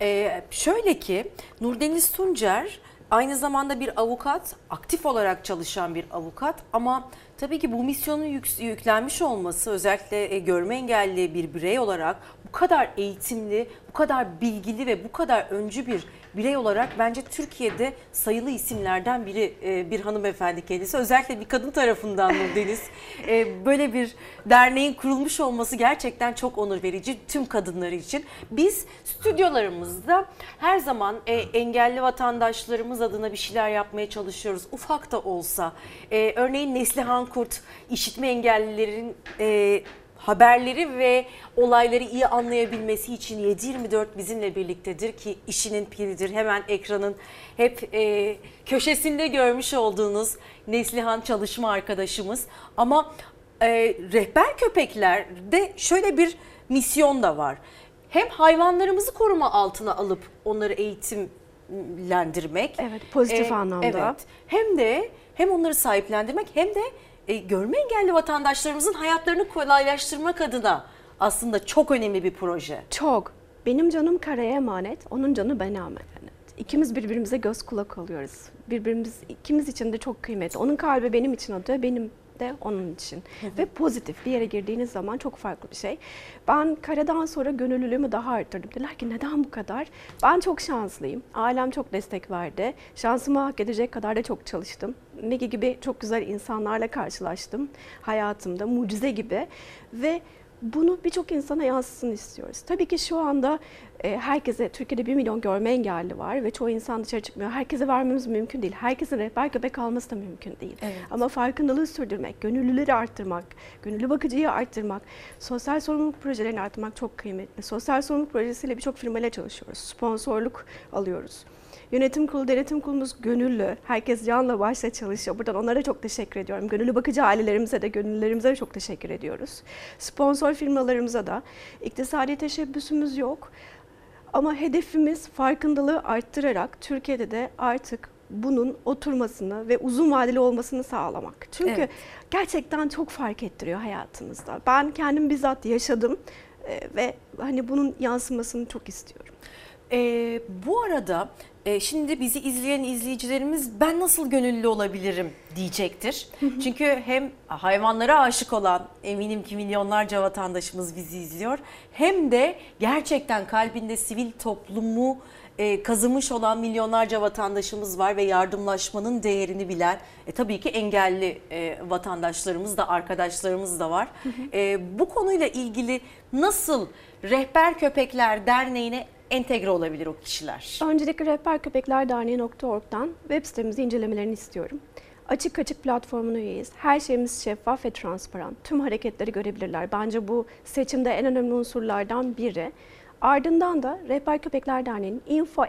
Şöyle ki Nurdeniz Tuncer aynı zamanda bir avukat, aktif olarak çalışan bir avukat ama tabii ki bu misyonun yüklenmiş olması özellikle görme engelli bir birey olarak bu kadar eğitimli, bu kadar bilgili ve bu kadar öncü bir birey olarak bence Türkiye'de sayılı isimlerden biri bir hanımefendi kendisi. Özellikle bir kadın tarafından Nurdeniz böyle bir derneğin kurulmuş olması gerçekten çok onur verici tüm kadınları için. Biz stüdyolarımızda her zaman engelli vatandaşlarımız adına bir şeyler yapmaya çalışıyoruz. Ufak da olsa. Örneğin Neslihan Kurt, işitme engellilerin haberleri ve olayları iyi anlayabilmesi için 7/24 bizimle birliktedir ki işinin piridir. Hemen ekranın hep köşesinde görmüş olduğunuz Neslihan çalışma arkadaşımız. Ama rehber köpeklerde şöyle bir misyon da var. Hem hayvanlarımızı koruma altına alıp onları eğitimlendirmek. Evet, pozitif anlamda. Evet. Hem onları sahiplendirmek hem de görme engelli vatandaşlarımızın hayatlarını kolaylaştırmak adına aslında çok önemli bir proje. Çok. Benim canım Kara'ya emanet, onun canı bana emanet. İkimiz birbirimize göz kulak oluyoruz. İkimiz için de çok kıymetli. Onun kalbi benim için atıyor, benim de onun için. Ve pozitif bir yere girdiğiniz zaman çok farklı bir şey. Ben Kara'dan sonra gönüllülüğümü daha arttırdım. Dediler ki neden bu kadar? Ben çok şanslıyım. Ailem çok destek verdi. Şansımı hak edecek kadar da çok çalıştım. Maggie gibi çok güzel insanlarla karşılaştım hayatımda, mucize gibi. Ve bunu birçok insana yansısın istiyoruz. Tabii ki şu anda herkese, Türkiye'de 1 milyon görme engelli var ve çoğu insan dışarı çıkmıyor. Herkese vermemiz mümkün değil. Herkesin rehber köpek alması da mümkün değil. Evet. Ama farkındalığı sürdürmek, gönüllüleri arttırmak, gönüllü bakıcıyı arttırmak, sosyal sorumluluk projelerini arttırmak çok kıymetli. Sosyal sorumluluk projesiyle birçok firmayla çalışıyoruz. Sponsorluk alıyoruz. Yönetim kurulu, denetim kurulumuz gönüllü. Herkes canla başla çalışıyor. Buradan onlara çok teşekkür ediyorum. Gönüllü bakıcı ailelerimize de, gönüllülerimize de çok teşekkür ediyoruz. Sponsor firmalarımıza da. İktisadi teşebbüsümüz yok. Ama hedefimiz farkındalığı arttırarak Türkiye'de de artık bunun oturmasını ve uzun vadeli olmasını sağlamak. Çünkü gerçekten çok fark ettiriyor hayatımızda. Ben kendim bizzat yaşadım ve hani bunun yansımasını çok istiyorum. Bu arada Şimdi bizi izleyen izleyicilerimiz ben nasıl gönüllü olabilirim diyecektir. Çünkü hem hayvanlara aşık olan eminim ki milyonlarca vatandaşımız bizi izliyor. Hem de gerçekten kalbinde sivil toplumu kazımış olan milyonlarca vatandaşımız var ve yardımlaşmanın değerini bilen tabii ki engelli vatandaşlarımız da arkadaşlarımız da var. Bu konuyla ilgili nasıl Rehber Köpekler Derneği'ne entegre olabilir o kişiler? Öncelikle rehberköpeklerderneği.org'dan web sitemizi incelemelerini istiyorum. Açık açık platformuna üyeyiz. Her şeyimiz şeffaf ve transparan. Tüm hareketleri görebilirler. Bence bu seçimde en önemli unsurlardan biri. Ardından da Rehber Köpekler Derneği'nin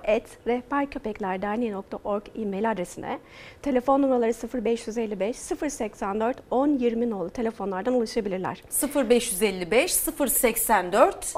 info@rehberköpeklerderneği.org e-mail adresine telefon numaraları 0555 084 1020 nolu telefonlardan ulaşabilirler. 0555 084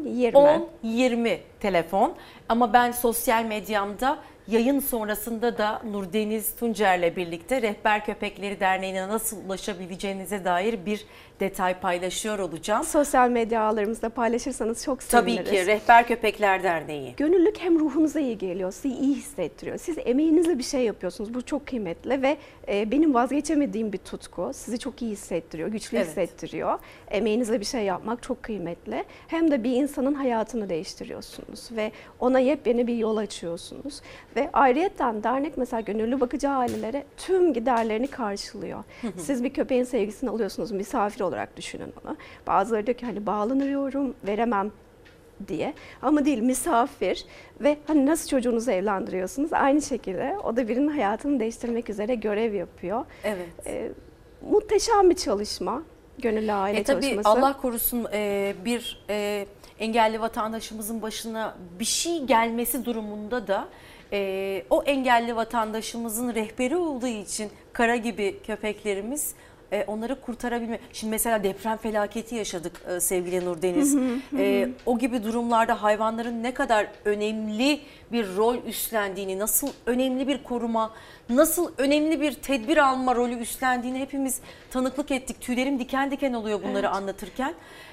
1020 telefon. Ama ben sosyal medyamda yayın sonrasında da Nurdeniz Tuncer'le birlikte Rehber Köpekleri Derneği'ne nasıl ulaşabileceğinize dair bir detay paylaşıyor olacağım. Sosyal medya ağlarımızda paylaşırsanız çok seviniriz. Tabii ki Rehber Köpekler Derneği. Gönüllülük hem ruhunuza iyi geliyor, sizi iyi hissettiriyor. Siz emeğinizle bir şey yapıyorsunuz. Bu çok kıymetli ve benim vazgeçemediğim bir tutku. Sizi çok iyi hissettiriyor, güçlü hissettiriyor. Emeğinizle bir şey yapmak çok kıymetli. Hem de bir insanın hayatını değiştiriyorsunuz ve ona yepyeni bir yol açıyorsunuz. Ve ayrıyeten dernek mesela gönüllü bakıcı ailelere tüm giderlerini karşılıyor. Siz bir köpeğin sevgisini alıyorsunuz, misafir olarak düşünün onu. Bazıları diyor ki hani bağlanıyorum, veremem diye. Ama değil, misafir ve hani nasıl çocuğunuzu evlendiriyorsunuz? Aynı şekilde o da birinin hayatını değiştirmek üzere görev yapıyor. Evet. Muhteşem bir çalışma. Gönüllü aile çalışması. Tabii Allah korusun bir engelli vatandaşımızın başına bir şey gelmesi durumunda da o engelli vatandaşımızın rehberi olduğu için Kara gibi köpeklerimiz onları kurtarabilme. Şimdi mesela deprem felaketi yaşadık sevgili Nurdeniz. O gibi durumlarda hayvanların ne kadar önemli bir rol üstlendiğini, nasıl önemli bir koruma, nasıl önemli bir tedbir alma rolü üstlendiğini hepimiz tanıklık ettik. Tüylerim diken diken oluyor bunları anlatırken.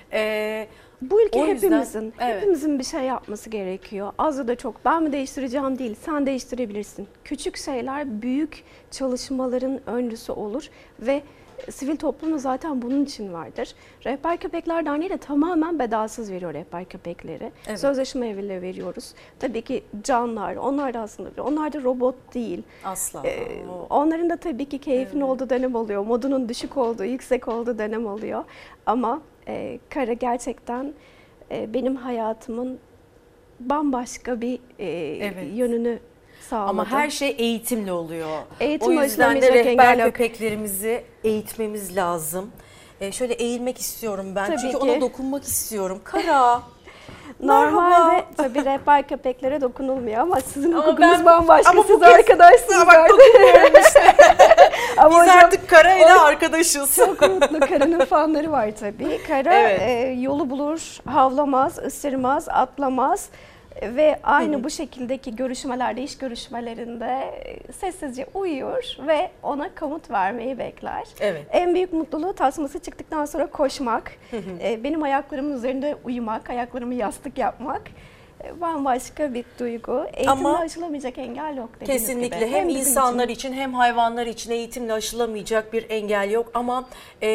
Bu ülke hepimizin bir şey yapması gerekiyor. Az ya da çok. Ben mi değiştireceğim değil, sen değiştirebilirsin. Küçük şeyler büyük çalışmaların öncüsü olur ve sivil toplum da zaten bunun için vardır. Rehber Köpekler Derneği de tamamen bedavasız veriyor rehber köpekleri. Evet. Sözleşme eviyle veriyoruz. Tabii ki canlar, onlar da aslında, onlar da robot değil. Asla. Onların da tabii ki keyfin olduğu dönem oluyor. Modunun düşük olduğu, yüksek olduğu dönem oluyor. Ama Kara gerçekten benim hayatımın bambaşka bir yönünü sağladı. Ama her şey eğitimle oluyor. Eğitim o yüzden de rehber engel köpeklerimizi eğitmemiz lazım. Şöyle eğilmek istiyorum ben. Tabii çünkü ki. ona dokunmak istiyorum. Kara. Normalde tabii rehber köpeklere dokunulmuyor ama sizin Ama hukukunuz bambaşka. ama Siz bu kez- arkadaşsınız. Bak dokunmuyorum işte. Ama Biz hocam, artık Kara'yla arkadaşız. Çok mutlu. Kara'nın fanları var tabii. Kara yolu bulur, havlamaz, ısırmaz, atlamaz. Ve aynı bu şekildeki görüşmelerde, iş görüşmelerinde sessizce uyuyor ve ona komut vermeyi bekler. Evet. En büyük mutluluğu tasması çıktıktan sonra koşmak, benim ayaklarımın üzerinde uyumak, ayaklarımı yastık yapmak bambaşka bir duygu. Eğitimle aşılamayacak engel yok dediğiniz Kesinlikle gibi. hem bizim insanlar için hem hayvanlar için eğitimle aşılamayacak bir engel yok. Ama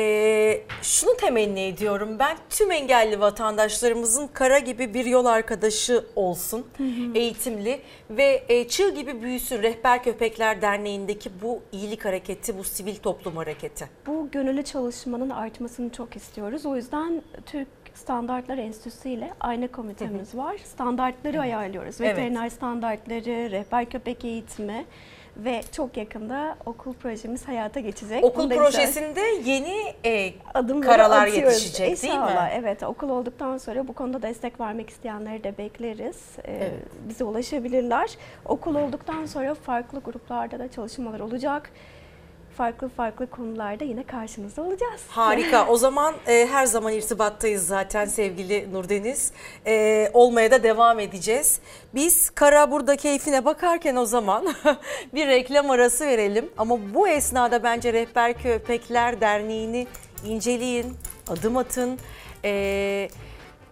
şunu temenni ediyorum ben, tüm engelli vatandaşlarımızın Kara gibi bir yol arkadaşı olsun, eğitimli ve çığ gibi büyüsün Rehber Köpekler Derneği'ndeki bu iyilik hareketi, bu sivil toplum hareketi. Bu gönüllü çalışmanın artmasını çok istiyoruz. O yüzden Türk Standartlar Enstitüsü ile aynı komitemiz var. Standartları ayarlıyoruz. Veteriner standartları, rehber köpek eğitimi ve çok yakında okul projemiz hayata geçecek. Okul projesinde yeni karalar yetişecek İnşallah, değil mi? Evet, okul olduktan sonra bu konuda destek vermek isteyenleri de bekleriz. Bize ulaşabilirler. Okul olduktan sonra farklı gruplarda da çalışmalar olacak. Farklı konularda yine karşınızda olacağız. Harika. O zaman her zaman irtibattayız zaten sevgili Nurdeniz. Olmaya da devam edeceğiz. Biz Kara burada keyfine bakarken o zaman bir reklam arası verelim. Ama bu esnada bence Rehber Köpekler Derneği'ni inceleyin, adım atın.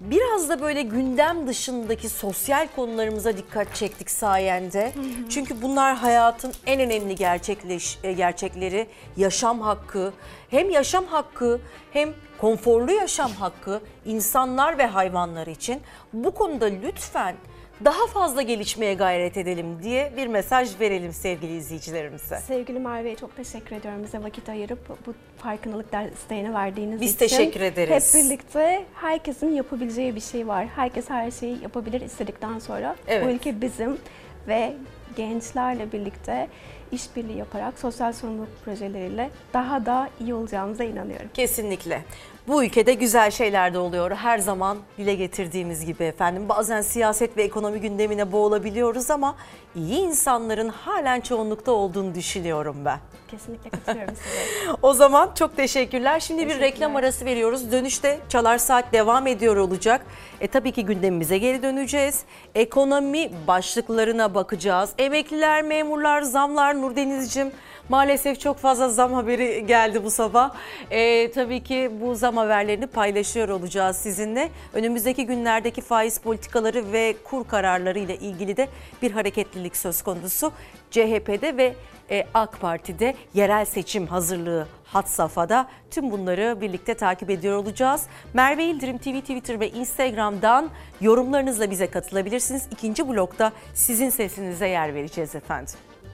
Biraz da böyle gündem dışındaki sosyal konularımıza dikkat çektik sayende. Çünkü bunlar hayatın en önemli gerçekleri. Yaşam hakkı, hem yaşam hakkı hem konforlu yaşam hakkı insanlar ve hayvanlar için. Bu konuda lütfen daha fazla gelişmeye gayret edelim diye bir mesaj verelim sevgili izleyicilerimize. Sevgili Merve'ye çok teşekkür ediyorum bize vakit ayırıp bu farkındalık desteğini verdiğiniz için. Biz teşekkür ederiz. Hep birlikte herkesin yapabileceği bir şey var. Herkes her şeyi yapabilir istedikten sonra. Evet. Bu ülke bizim ve gençlerle birlikte işbirliği yaparak sosyal sorumluluk projeleriyle daha da iyi olacağımıza inanıyorum. Kesinlikle. Bu ülkede güzel şeyler de oluyor. Her zaman dile getirdiğimiz gibi efendim. Bazen siyaset ve ekonomi gündemine boğulabiliyoruz ama iyi insanların halen çoğunlukta olduğunu düşünüyorum ben. Kesinlikle katılıyorum size. O zaman çok teşekkürler. Şimdi bir reklam arası veriyoruz. Dönüşte Çalar Saat devam ediyor olacak. Tabii ki gündemimize geri döneceğiz. Ekonomi başlıklarına bakacağız. Emekliler, memurlar, zamlar. Nurdenizciğim, maalesef çok fazla zam haberi geldi bu sabah. Tabii ki bu zam haberlerini paylaşıyor olacağız sizinle. Önümüzdeki günlerdeki faiz politikaları ve kur kararları ile ilgili de bir hareketlilik söz konusu. CHP'de ve AK Parti'de yerel seçim hazırlığı had safhada. Tüm bunları birlikte takip ediyor olacağız. Merve İldirim TV, Twitter ve Instagram'dan yorumlarınızla bize katılabilirsiniz. İkinci blokta sizin sesinize yer vereceğiz efendim.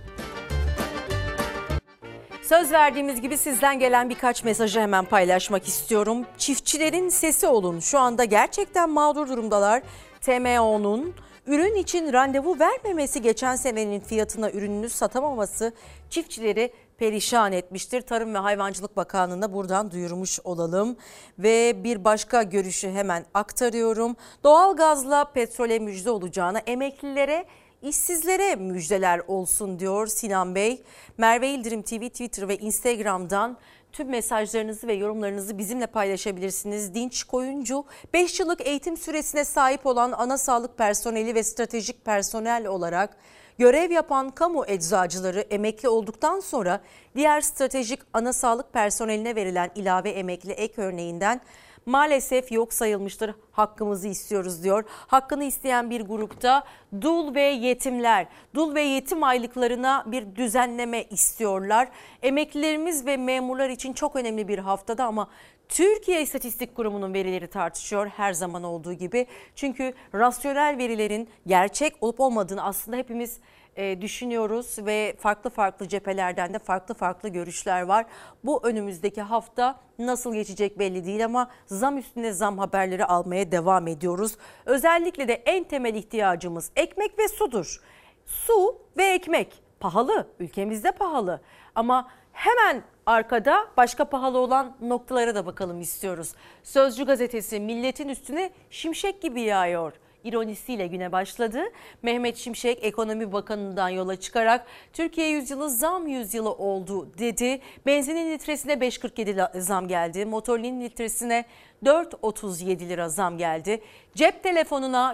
Söz verdiğimiz gibi sizden gelen birkaç mesajı hemen paylaşmak istiyorum. Çiftçilerin sesi olun. Şu anda gerçekten mağdur durumdalar. TMO'nun ürün için randevu vermemesi, geçen senenin fiyatına ürününü satamaması çiftçileri perişan etmiştir. Tarım ve Hayvancılık Bakanlığı'na buradan duyurmuş olalım. Ve bir başka görüşü hemen aktarıyorum. Doğalgazla petrole müjde olacağına, emeklilere, İşsizlere müjdeler olsun diyor Sinan Bey. Merve İldirim TV, Twitter ve Instagram'dan tüm mesajlarınızı ve yorumlarınızı bizimle paylaşabilirsiniz. Dinç Koyuncu, 5 yıllık eğitim süresine sahip olan ana sağlık personeli ve stratejik personel olarak görev yapan kamu eczacıları emekli olduktan sonra diğer stratejik ana sağlık personeline verilen ilave emekli ek örneğinden maalesef yok sayılmıştır. Hakkımızı istiyoruz diyor. Hakkını isteyen bir grupta dul ve yetimler, dul ve yetim aylıklarına bir düzenleme istiyorlar. Emeklilerimiz ve memurlar için çok önemli bir haftada ama Türkiye İstatistik Kurumu'nun verileri tartışıyor her zaman olduğu gibi. Çünkü rasyonel verilerin gerçek olup olmadığını aslında hepimiz düşünüyoruz ve farklı cephelerden de farklı görüşler var. Bu önümüzdeki hafta nasıl geçecek belli değil ama zam üstüne zam haberleri almaya devam ediyoruz. Özellikle de en temel ihtiyacımız ekmek ve sudur. Su ve ekmek pahalı, ülkemizde pahalı ama hemen arkada başka pahalı olan noktalara da bakalım istiyoruz. Sözcü gazetesi milletin üstüne şimşek gibi yağıyor İronisiyle güne başladı. Mehmet Şimşek Ekonomi Bakanı'ndan yola çıkarak Türkiye yüzyılı zam yüzyılı oldu dedi. Benzinin litresine 5.47 zam geldi. Motorinin litresine 4.37 lira zam geldi. Cep telefonuna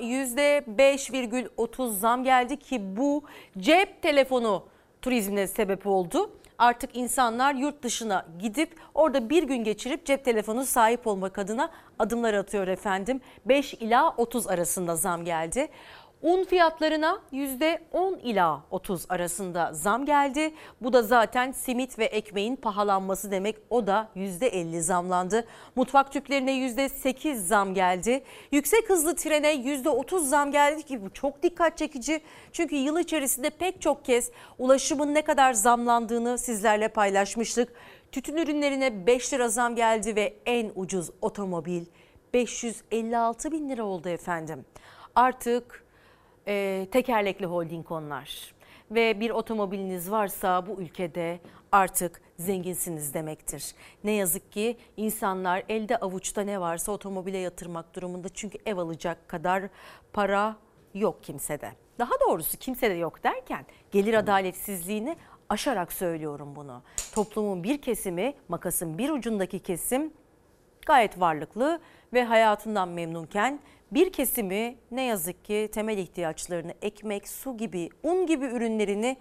%5,30 zam geldi ki bu cep telefonu turizmine sebep oldu. Artık insanlar yurt dışına gidip orada bir gün geçirip cep telefonu sahip olmak adına adımlar atıyor efendim. 5 ila 30 arasında zam geldi. Un fiyatlarına %10 ila 30 arasında zam geldi. Bu da zaten simit ve ekmeğin pahalanması demek. O da %50 zamlandı. Mutfak tüplerine %8 zam geldi. Yüksek hızlı trene %30 zam geldi ki bu çok dikkat çekici. Çünkü yıl içerisinde pek çok kez ulaşımın ne kadar zamlandığını sizlerle paylaşmıştık. Tütün ürünlerine 5 lira zam geldi ve en ucuz otomobil 556 bin lira oldu efendim. Artık tekerlekli holding onlar ve bir otomobiliniz varsa bu ülkede artık zenginsiniz demektir. Ne yazık ki insanlar elde avuçta ne varsa otomobile yatırmak durumunda çünkü ev alacak kadar para yok kimsede. Daha doğrusu kimsede yok derken gelir adaletsizliğini aşarak söylüyorum bunu. Toplumun bir kesimi, makasın bir ucundaki kesim gayet varlıklı ve hayatından memnunken bir kesimi ne yazık ki temel ihtiyaçlarını ekmek, su gibi, un gibi ürünlerini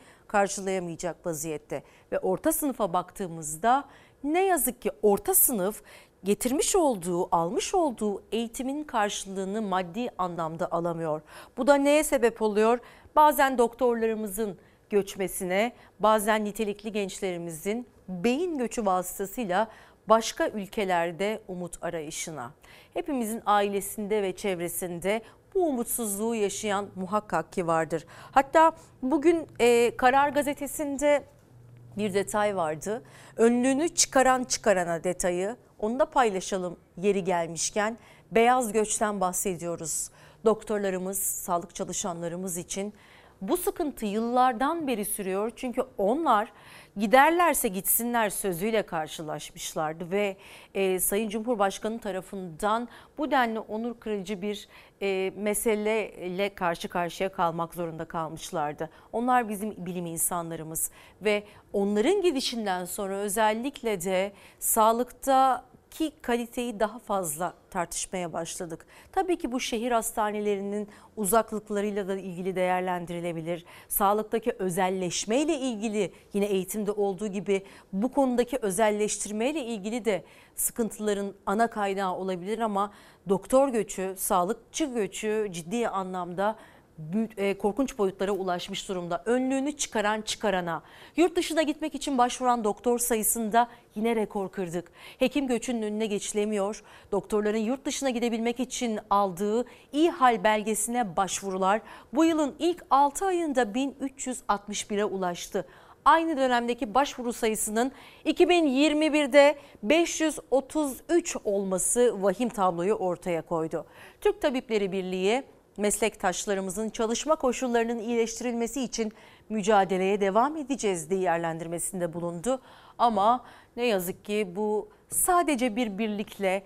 karşılayamayacak vaziyette. Ve orta sınıfa baktığımızda ne yazık ki orta sınıf getirmiş olduğu, almış olduğu eğitimin karşılığını maddi anlamda alamıyor. Bu da neye sebep oluyor? Bazen doktorlarımızın göçmesine, bazen nitelikli gençlerimizin beyin göçü vasıtasıyla başka ülkelerde umut arayışına. Hepimizin ailesinde ve çevresinde bu umutsuzluğu yaşayan muhakkak ki vardır. Hatta bugün Karar Gazetesi'nde bir detay vardı. Önlüğünü çıkarana detayı, onu da paylaşalım yeri gelmişken. Beyaz göçten bahsediyoruz. Doktorlarımız, sağlık çalışanlarımız için bu sıkıntı yıllardan beri sürüyor. Çünkü onlar giderlerse gitsinler sözüyle karşılaşmışlardı ve Sayın Cumhurbaşkanı tarafından bu denli onur kırıcı bir meseleyle karşı karşıya kalmak zorunda kalmışlardı. Onlar bizim bilim insanlarımız ve onların gidişinden sonra özellikle de sağlıktaki kaliteyi daha fazla tartışmaya başladık. Tabii ki bu şehir hastanelerinin uzaklıklarıyla da ilgili değerlendirilebilir. Sağlıktaki özelleşmeyle ilgili yine eğitimde olduğu gibi bu konudaki özelleştirmeyle ilgili de sıkıntıların ana kaynağı olabilir ama doktor göçü, sağlıkçı göçü ciddi anlamda korkunç boyutlara ulaşmış durumda. Önlüğünü çıkarana, yurt dışına gitmek için başvuran doktor sayısında yine rekor kırdık. Hekim göçünün önüne geçilemiyor. Doktorların yurt dışına gidebilmek için aldığı İHAL belgesine başvurular bu yılın ilk 6 ayında 1361'e ulaştı. Aynı dönemdeki başvuru sayısının 2021'de 533 olması vahim tabloyu ortaya koydu. Türk Tabipleri Birliği meslektaşlarımızın çalışma koşullarının iyileştirilmesi için mücadeleye devam edeceğiz değerlendirmesinde bulundu. Ama ne yazık ki bu sadece bir birlikle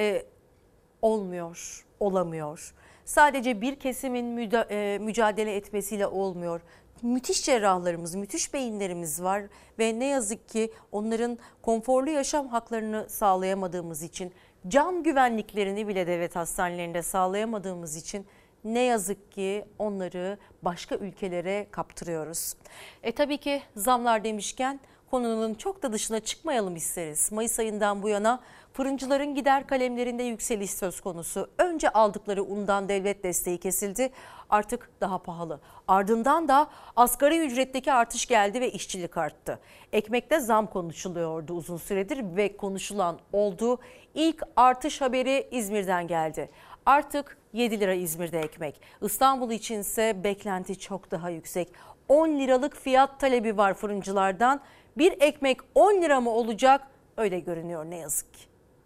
olamıyor. Sadece bir kesimin mücadele etmesiyle olmuyor. Müthiş cerrahlarımız, müthiş beyinlerimiz var ve ne yazık ki onların konforlu yaşam haklarını sağlayamadığımız için, can güvenliklerini bile devlet hastanelerinde sağlayamadığımız için ne yazık ki onları başka ülkelere kaptırıyoruz. Tabii ki zamlar demişken konunun çok da dışına çıkmayalım isteriz. Mayıs ayından bu yana fırıncıların gider kalemlerinde yükseliş söz konusu. Önce aldıkları undan devlet desteği kesildi, artık daha pahalı. Ardından da asgari ücretteki artış geldi ve işçilik arttı. Ekmekte zam konuşuluyordu uzun süredir ve konuşulan oldu. İlk artış haberi İzmir'den geldi. Artık 7 lira İzmir'de ekmek. İstanbul içinse beklenti çok daha yüksek. 10 liralık fiyat talebi var fırıncılardan. Bir ekmek 10 lira mı olacak? Öyle görünüyor ne yazık ki.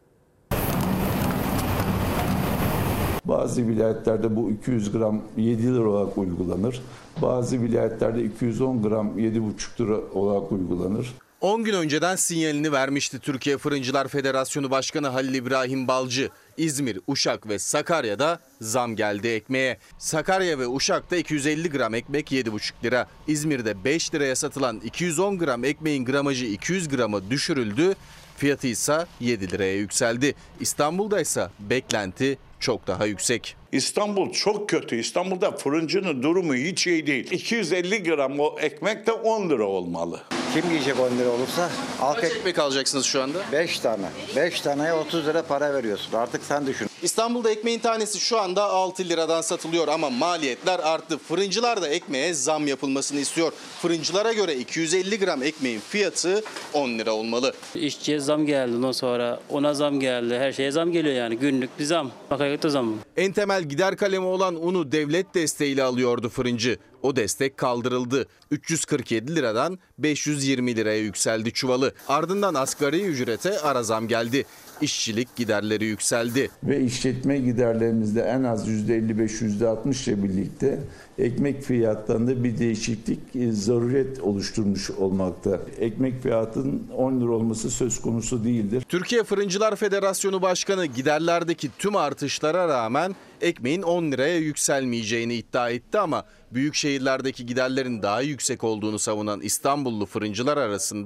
Bazı vilayetlerde bu 200 gram 7 lira olarak uygulanır. Bazı vilayetlerde 210 gram 7,5 lira olarak uygulanır. 10 gün önceden sinyalini vermişti Türkiye Fırıncılar Federasyonu Başkanı Halil İbrahim Balcı. İzmir, Uşak ve Sakarya'da zam geldi ekmeğe. Sakarya ve Uşak'ta 250 gram ekmek 7,5 lira. İzmir'de 5 liraya satılan 210 gram ekmeğin gramajı 200 grama düşürüldü. Fiyatı ise 7 liraya yükseldi. İstanbul'da ise beklenti çok daha yüksek. İstanbul çok kötü. İstanbul'da fırıncının durumu hiç iyi değil. 250 gram o ekmek de 10 lira olmalı. Kim yiyecek 10 lira olursa? Kaç ekmek alacaksınız şu anda? 5 tane. 5 taneye 30 lira para veriyorsun. Artık sen düşün. İstanbul'da ekmeğin tanesi şu anda 6 liradan satılıyor ama maliyetler arttı. Fırıncılar da ekmeğe zam yapılmasını istiyor. Fırıncılara göre 250 gram ekmeğin fiyatı 10 lira olmalı. İşçiye zam geldi, ondan sonra ona zam geldi. Her şeye zam geliyor yani. Günlük bir zam. Akaryakıta zam. En temel gider kalemi olan unu devlet desteğiyle alıyordu fırıncı. O destek kaldırıldı. 347 liradan 520 liraya yükseldi çuvalı. Ardından asgari ücrete ara zam geldi. İşçilik giderleri yükseldi. Ve işletme giderlerimizde en az %55, %60 ile birlikte ekmek fiyatlarında bir değişiklik zaruret oluşturmuş olmakta. Ekmek fiyatının 10 lira olması söz konusu değildir. Türkiye Fırıncılar Federasyonu Başkanı giderlerdeki tüm artışlara rağmen ekmeğin 10 liraya yükselmeyeceğini iddia etti ama büyük şehirlerdeki giderlerin daha yüksek olduğunu savunan İstanbullu fırıncılar arasında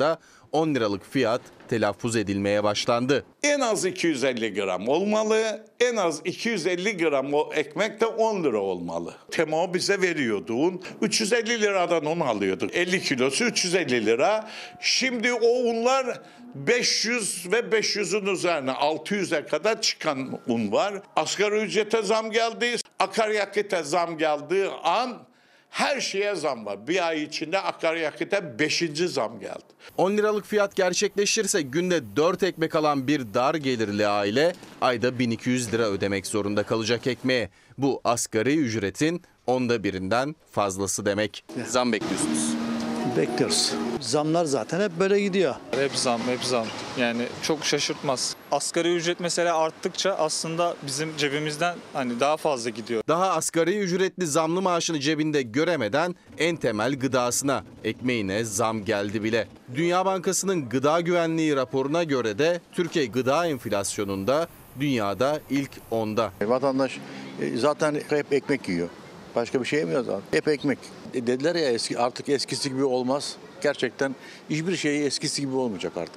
10 liralık fiyat telaffuz edilmeye başlandı. En az 250 gram olmalı, en az 250 gram o ekmek de 10 lira olmalı. TEMO bize veriyordu un. 350 liradan un alıyorduk. 50 kilosu 350 lira. Şimdi o unlar 500 ve 500'ün üzerine 600'e kadar çıkan un var. Asgari ücrete zam geldi, akaryakıta zam geldiği an her şeye zam var. Bir ay içinde akaryakıta 5. zam geldi. 10 liralık fiyat gerçekleşirse günde 4 ekmek alan bir dar gelirli aile ayda 1200 lira ödemek zorunda kalacak ekmeğe. Bu asgari ücretin 1/10'dan fazlası demek. Zam bekliyorsunuz. Bekliyoruz. Zamlar zaten hep böyle gidiyor. Hep zam. Yani çok şaşırtmaz. Asgari ücret mesela arttıkça aslında bizim cebimizden hani daha fazla gidiyor. Daha asgari ücretli zamlı maaşını cebinde göremeden en temel gıdasına, ekmeğine zam geldi bile. Dünya Bankası'nın gıda güvenliği raporuna göre de Türkiye gıda enflasyonunda dünyada ilk 10'da. Vatandaş zaten hep ekmek yiyor. Başka bir şey yemiyor zaten. Hep ekmek. Dediler ya artık eskisi gibi olmaz. Gerçekten hiçbir şey eskisi gibi olmayacak artık.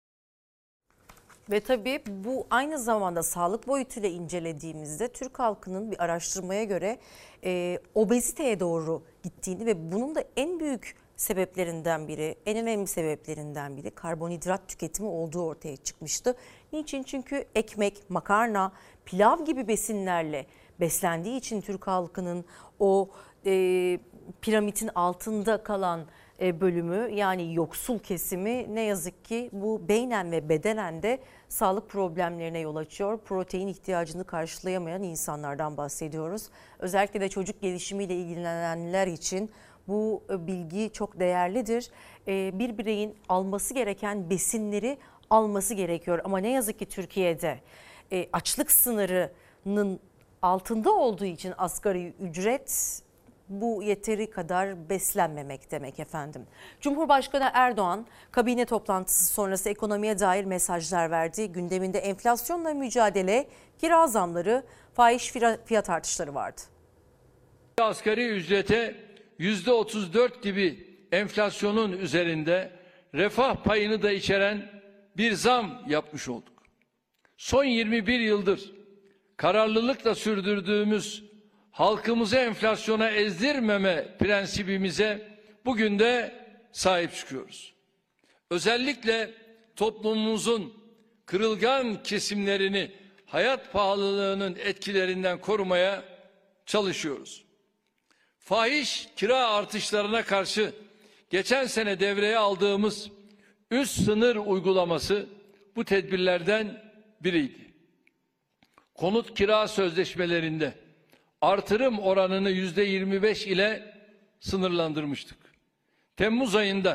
Ve tabii bu aynı zamanda sağlık boyutuyla incelediğimizde Türk halkının bir araştırmaya göre obeziteye doğru gittiğini ve bunun da en büyük sebeplerinden biri, en önemli sebeplerinden biri karbonhidrat tüketimi olduğu ortaya çıkmıştı. Niçin? Çünkü ekmek, makarna, pilav gibi besinlerle beslendiği için Türk halkının o piramidin altında kalan bölümü, yani yoksul kesimi, ne yazık ki bu beynen ve bedenen de sağlık problemlerine yol açıyor. Protein ihtiyacını karşılayamayan insanlardan bahsediyoruz. Özellikle de çocuk gelişimiyle ilgilenenler için bu bilgi çok değerlidir. Bir bireyin alması gereken besinleri alması gerekiyor. Ama ne yazık ki Türkiye'de açlık sınırının altında olduğu için asgari ücret, bu yeteri kadar beslenmemek demek efendim. Cumhurbaşkanı Erdoğan kabine toplantısı sonrası ekonomiye dair mesajlar verdi. Gündeminde enflasyonla mücadele, kira zamları, fahiş fiyat artışları vardı. Asgari ücrete %34 gibi enflasyonun üzerinde refah payını da içeren bir zam yapmış olduk. Son 21 yıldır kararlılıkla sürdürdüğümüz halkımızı enflasyona ezdirmeme prensibimize bugün de sahip çıkıyoruz. Özellikle toplumumuzun kırılgan kesimlerini hayat pahalılığının etkilerinden korumaya çalışıyoruz. Fahiş kira artışlarına karşı geçen sene devreye aldığımız üst sınır uygulaması bu tedbirlerden biriydi. Konut kira sözleşmelerinde artırım oranını %25 ile sınırlandırmıştık. Temmuz ayında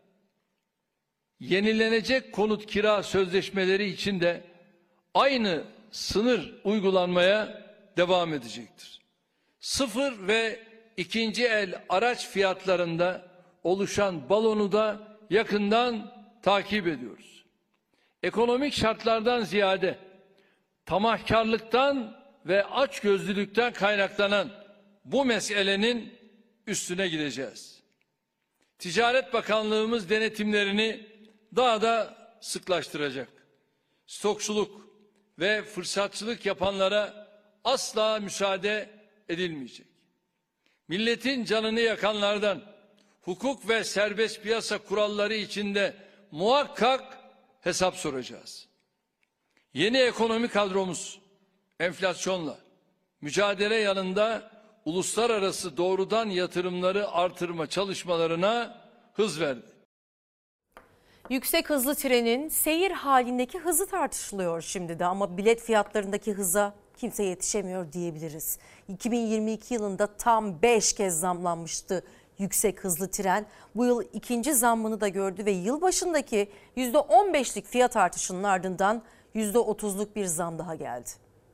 yenilenecek konut kira sözleşmeleri için de aynı sınır uygulanmaya devam edecektir. Sıfır ve ikinci el araç fiyatlarında oluşan balonu da yakından takip ediyoruz. Ekonomik şartlardan ziyade tamahkarlıktan ve açgözlülükten kaynaklanan bu meselenin üstüne gideceğiz. Ticaret Bakanlığımız denetimlerini daha da sıklaştıracak. Stokçuluk ve fırsatçılık yapanlara asla müsaade edilmeyecek. Milletin canını yakanlardan hukuk ve serbest piyasa kuralları içinde muhakkak hesap soracağız. Yeni ekonomi kadromuz enflasyonla mücadele yanında uluslararası doğrudan yatırımları artırma çalışmalarına hız verdi. Yüksek hızlı trenin seyir halindeki hızı tartışılıyor şimdi de, ama bilet fiyatlarındaki hıza kimse yetişemiyor diyebiliriz. 2022 yılında tam 5 kez zamlanmıştı yüksek hızlı tren. Bu yıl ikinci zammını da gördü ve yılbaşındaki %15'lik fiyat artışının ardından %30'luk bir zam daha geldi.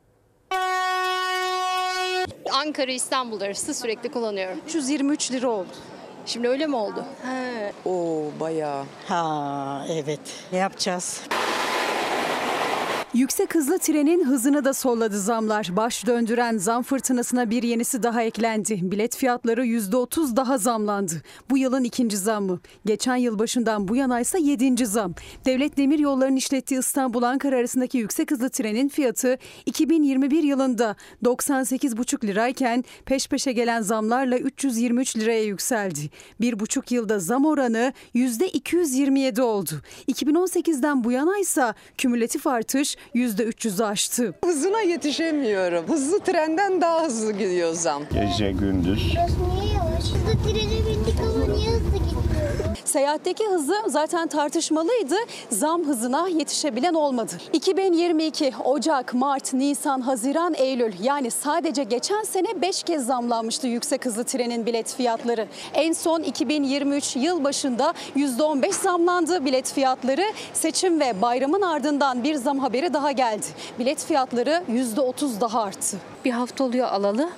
Ankara-İstanbul arası sürekli kullanıyorum. 323 lira oldu. Şimdi öyle mi oldu? He. Oo bayağı. Ha evet. Ne yapacağız? Yüksek hızlı trenin hızını da solladı zamlar. Baş döndüren zam fırtınasına bir yenisi daha eklendi. Bilet fiyatları %30 daha zamlandı. Bu yılın ikinci zammı. Geçen yıl başından bu yana ise 7. zam. Devlet Demiryolları'nın işlettiği İstanbul-Ankara arasındaki yüksek hızlı trenin fiyatı 2021 yılında 98,5 lirayken peş peşe gelen zamlarla 323 liraya yükseldi. 1,5 yılda zam oranı %227 oldu. 2018'den bu yana ise kümülatif artış %300'ü aştı. Hızına yetişemiyorum. Hızlı trenden daha hızlı gidiyor zam. Gece gündüz. Niye yavaş? Hızlı trene bindik ama niye hızlı gidiyor? Seyahatteki hızı zaten tartışmalıydı. Zam hızına yetişebilen olmadı. 2022 Ocak, Mart, Nisan, Haziran, Eylül yani sadece geçen sene 5 kez zamlanmıştı yüksek hızlı trenin bilet fiyatları. En son 2023 yıl başında %15 zamlandı bilet fiyatları. Seçim ve bayramın ardından bir zam haberi daha geldi. Bilet fiyatları %30 daha arttı. Bir hafta oluyor alalı.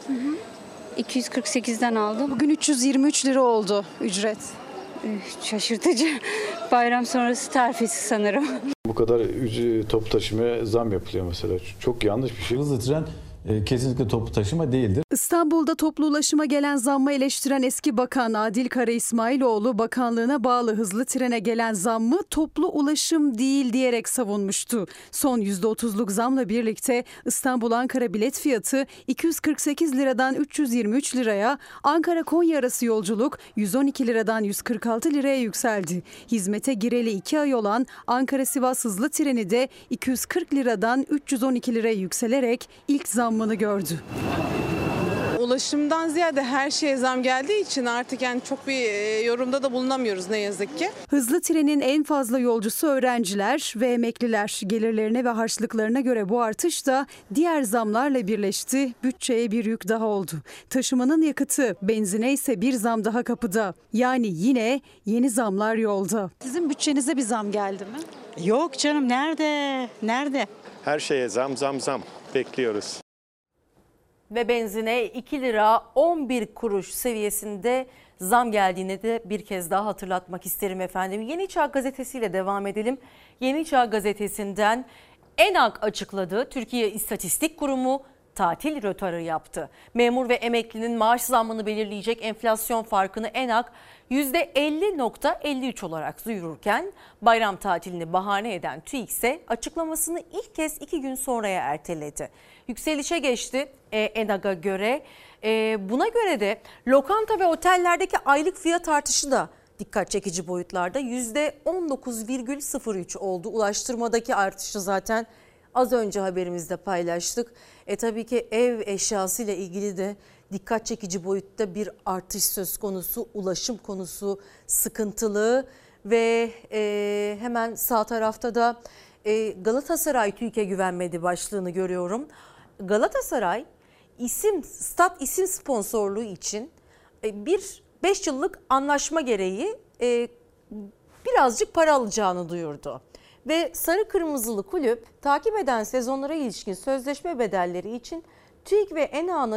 248'den aldım. Bugün 323 lira oldu ücret. Şaşırtıcı. Bayram sonrası terfisi sanırım. Bu kadar toplu taşımaya zam yapılıyor mesela. Çok yanlış bir şey. Hızlı tren kesinlikle toplu taşıma değildir. İstanbul'da toplu ulaşıma gelen zammı eleştiren eski bakan Adil Kara İsmailoğlu bakanlığına bağlı hızlı trene gelen zammı toplu ulaşım değil diyerek savunmuştu. Son %30'luk zamla birlikte İstanbul-Ankara bilet fiyatı 248 liradan 323 liraya, Ankara-Konya arası yolculuk 112 liradan 146 liraya yükseldi. Hizmete gireli 2 ay olan Ankara-Sivas hızlı treni de 240 liradan 312 liraya yükselerek ilk zammını gördü. Ulaşımdan ziyade her şeye zam geldiği için artık yani çok bir yorumda da bulunamıyoruz ne yazık ki. Hızlı trenin en fazla yolcusu öğrenciler ve emekliler. Gelirlerine ve harçlıklarına göre bu artış da diğer zamlarla birleşti. Bütçeye bir yük daha oldu. Taşımanın yakıtı, benzine ise bir zam daha kapıda. Yani yine yeni zamlar yolda. Sizin bütçenize bir zam geldi mi? Yok canım, nerede? Her şeye zam. Bekliyoruz. Ve benzine 2 lira 11 kuruş seviyesinde zam geldiğini de bir kez daha hatırlatmak isterim efendim. Yeni Çağ Gazetesi ile devam edelim. Yeni Çağ Gazetesi'nden ENAK açıkladı. Türkiye İstatistik Kurumu tatil rötarı yaptı. Memur ve emeklinin maaş zammını belirleyecek enflasyon farkını ENAK %50.53 olarak duyururken bayram tatilini bahane eden TÜİK ise açıklamasını ilk kez 2 gün sonraya erteledi. Yükselişe geçti ENAK'a göre. Buna göre de lokanta ve otellerdeki aylık fiyat artışı da dikkat çekici boyutlarda %19,03 oldu. Ulaştırmadaki artışı zaten az önce haberimizde paylaştık. Tabii ki ev eşyası ile ilgili de dikkat çekici boyutta bir artış söz konusu. Ulaşım konusu sıkıntılı ve hemen sağ tarafta da Galatasaray TÜİK'e güvenmedi başlığını görüyorum. Galatasaray stat isim sponsorluğu için bir 5 yıllık anlaşma gereği birazcık para alacağını duyurdu. Ve sarı kırmızılı kulüp takip eden sezonlara ilişkin sözleşme bedelleri için TÜİK ve ENAK'ın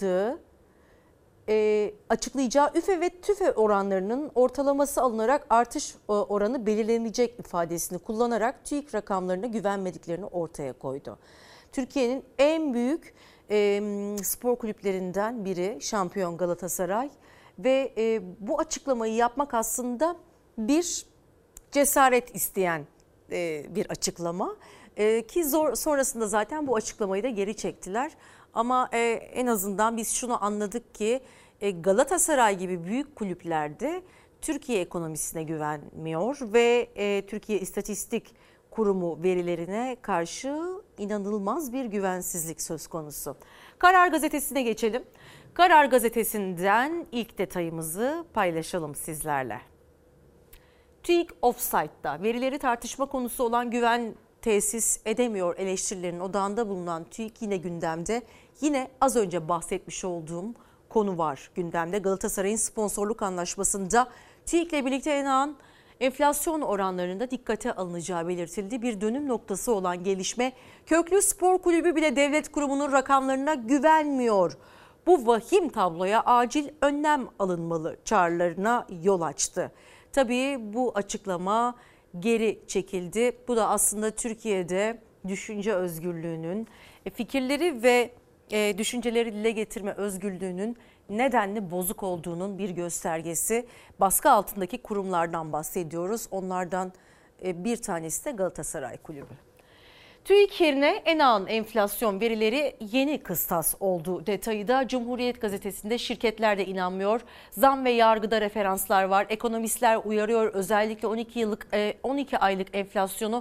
açıklayacağı üfe ve tüfe oranlarının ortalaması alınarak artış oranı belirlenecek ifadesini kullanarak TÜİK rakamlarına güvenmediklerini ortaya koydu. Türkiye'nin en büyük spor kulüplerinden biri şampiyon Galatasaray ve bu açıklamayı yapmak aslında bir cesaret isteyen bir açıklama ki sonrasında zaten bu açıklamayı da geri çektiler. Ama en azından biz şunu anladık ki Galatasaray gibi büyük kulüplerde Türkiye ekonomisine güvenmiyor ve Türkiye İstatistik Kurumu verilerine karşı inanılmaz bir güvensizlik söz konusu. Karar Gazetesi'ne geçelim. Karar Gazetesi'nden ilk detayımızı paylaşalım sizlerle. TÜİK Offside'da verileri tartışma konusu olan güven tesis edemiyor eleştirilerinin odağında bulunan TÜİK yine gündemde. Yine az önce bahsetmiş olduğum konu var gündemde. Galatasaray'ın sponsorluk anlaşmasında TÜİK'le birlikte ENAK'ın enflasyon oranlarında dikkate alınacağı belirtildi. Bir dönüm noktası olan gelişme, köklü spor kulübü bile devlet kurumunun rakamlarına güvenmiyor. Bu vahim tabloya acil önlem alınmalı çağrılarına yol açtı. Tabii bu açıklama geri çekildi. Bu da aslında Türkiye'de düşünce özgürlüğünün, fikirleri ve düşünceleri dile getirme özgürlüğünün nedenli bozuk olduğunun bir göstergesi. Baskı altındaki kurumlardan bahsediyoruz. Onlardan bir tanesi de Galatasaray Kulübü. TÜİK yerine ENAK'ın enflasyon verileri yeni kıstas oldu detayı da Cumhuriyet Gazetesi'nde. Şirketler de inanmıyor. Zam ve yargıda referanslar var. Ekonomistler uyarıyor. Özellikle 12 aylık enflasyonu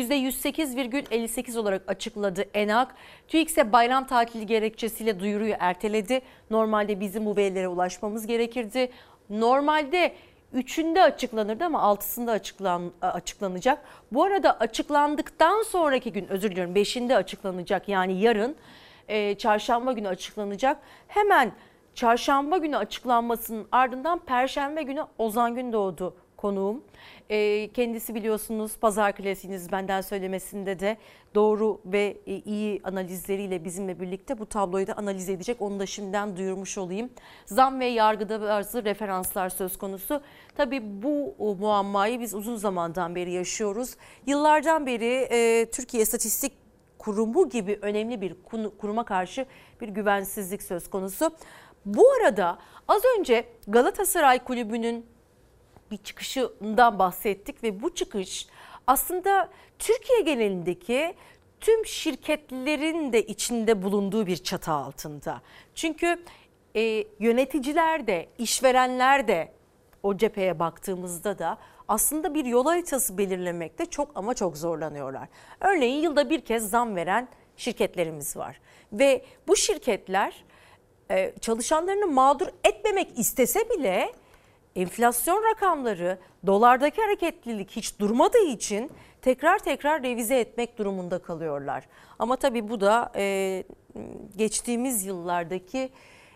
%108,58 olarak açıkladı ENAK. TÜİK ise bayram tatili gerekçesiyle duyuruyu erteledi. Normalde bizim bu verilere ulaşmamız gerekirdi. Normalde 3'ünde açıklanırdı ama 6'sında açıklanacak. Bu arada açıklandıktan sonraki gün, 5'inde açıklanacak, yani yarın çarşamba günü açıklanacak. Hemen çarşamba günü açıklanmasının ardından perşembe günü Ozan Gündoğdu konuğum. Kendisi biliyorsunuz Pazar Klasiğiniz benden söylemesinde de doğru ve iyi analizleriyle bizimle birlikte bu tabloyu da analiz edecek. Onu da şimdiden duyurmuş olayım. Zam ve yargıda bazı referanslar söz konusu. Tabii bu muammayı biz uzun zamandan beri yaşıyoruz. Yıllardan beri Türkiye İstatistik Kurumu gibi önemli bir kuruma karşı bir güvensizlik söz konusu. Bu arada az önce Galatasaray Kulübü'nün bir çıkışından bahsettik ve bu çıkış aslında Türkiye genelindeki tüm şirketlerin de içinde bulunduğu bir çatı altında. Çünkü yöneticiler de, işverenler de o cepheye baktığımızda da aslında bir yol haritası belirlemekte çok zorlanıyorlar. Örneğin yılda bir kez zam veren şirketlerimiz var ve bu şirketler çalışanlarını mağdur etmemek istese bile enflasyon rakamları, dolardaki hareketlilik hiç durmadığı için tekrar revize etmek durumunda kalıyorlar. Ama tabii bu da geçtiğimiz yıllardaki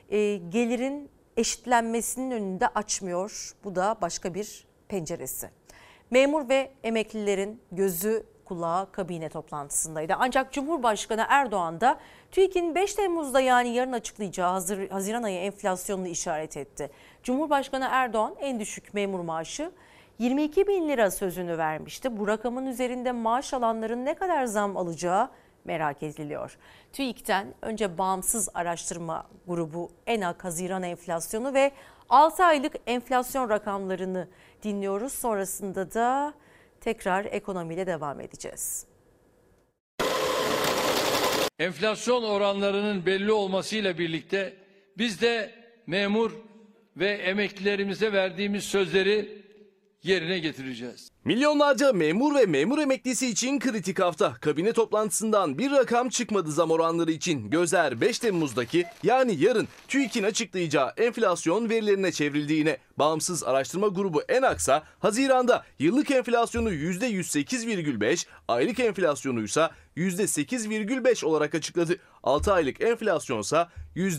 gelirin eşitlenmesinin önünü de açmıyor. Bu da başka bir penceresi. Memur ve emeklilerin gözü kulağı kabine toplantısındaydı. Ancak Cumhurbaşkanı Erdoğan da TÜİK'in 5 Temmuz'da yani yarın açıklayacağı Haziran ayı enflasyonunu işaret etti. Cumhurbaşkanı Erdoğan en düşük memur maaşı 22 bin lira sözünü vermişti. Bu rakamın üzerinde maaş alanların ne kadar zam alacağı merak ediliyor. TÜİK'ten önce bağımsız araştırma grubu ENAK Haziran enflasyonu ve 6 aylık enflasyon rakamlarını dinliyoruz. Sonrasında da tekrar ekonomiyle devam edeceğiz. Enflasyon oranlarının belli olmasıyla birlikte biz de memur ve emeklilerimize verdiğimiz sözleri yerine getireceğiz. Milyonlarca memur ve memur emeklisi için kritik hafta. Kabine toplantısından bir rakam çıkmadı zam oranları için. Gözler 5 Temmuz'daki yani yarın TÜİK'in açıklayacağı enflasyon verilerine çevrildi yine. Bağımsız araştırma grubu ENAKSA Haziran'da yıllık enflasyonu %108,5, aylık enflasyonu ise %8,5 olarak açıkladı. 6 aylık enflasyonsa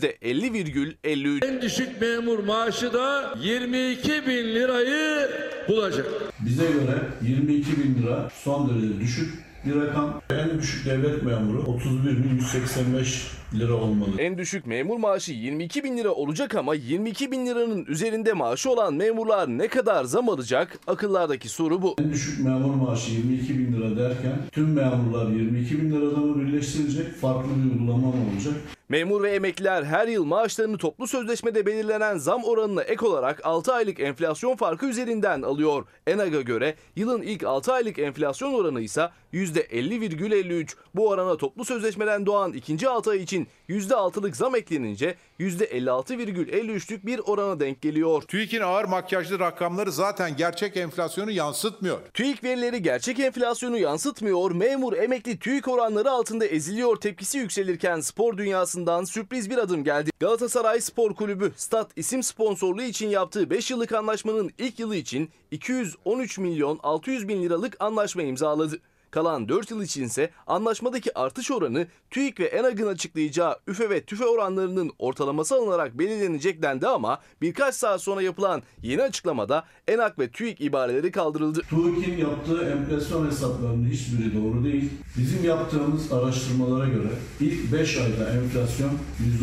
%50,53. En düşük memur maaşı da 22 bin lirayı bulacak. Bize göre 22 bin lira son derece düşük bir rakam. En düşük devlet memuru 31.185 lira olmalı. En düşük memur maaşı 22 bin lira olacak ama 22 bin liranın üzerinde maaşı olan memurlar ne kadar zam alacak? Akıllardaki soru bu. En düşük memur maaşı 22 bin lira derken tüm memurlar 22 bin liradan mı birleştirilecek? Farklı bir uygulama mı olacak? Memur ve emekliler her yıl maaşlarını toplu sözleşmede belirlenen zam oranına ek olarak 6 aylık enflasyon farkı üzerinden alıyor. ENAK'a göre yılın ilk 6 aylık enflasyon oranı ise %50,53. Bu orana toplu sözleşmeden doğan ikinci 6 ay için %6'lık zam eklenince %56,53'lük bir orana denk geliyor. TÜİK'in ağır makyajlı rakamları zaten gerçek enflasyonu yansıtmıyor. TÜİK verileri gerçek enflasyonu yansıtmıyor. Memur, emekli TÜİK oranları altında eziliyor tepkisi yükselirken spor dünyasından sürpriz bir adım geldi. Galatasaray Spor Kulübü Stat isim sponsorluğu için yaptığı 5 yıllık anlaşmanın ilk yılı için 213 milyon 600 bin liralık anlaşma imzaladı. Kalan 4 yıl içinse anlaşmadaki artış oranı TÜİK ve ENAK'ın açıklayacağı üfe ve tüfe oranlarının ortalaması alınarak belirlenecek dendi ama birkaç saat sonra yapılan yeni açıklamada ENAK ve TÜİK ibareleri kaldırıldı. TÜİK'in yaptığı enflasyon hesaplarının hiçbiri doğru değil. Bizim yaptığımız araştırmalara göre ilk 5 ayda enflasyon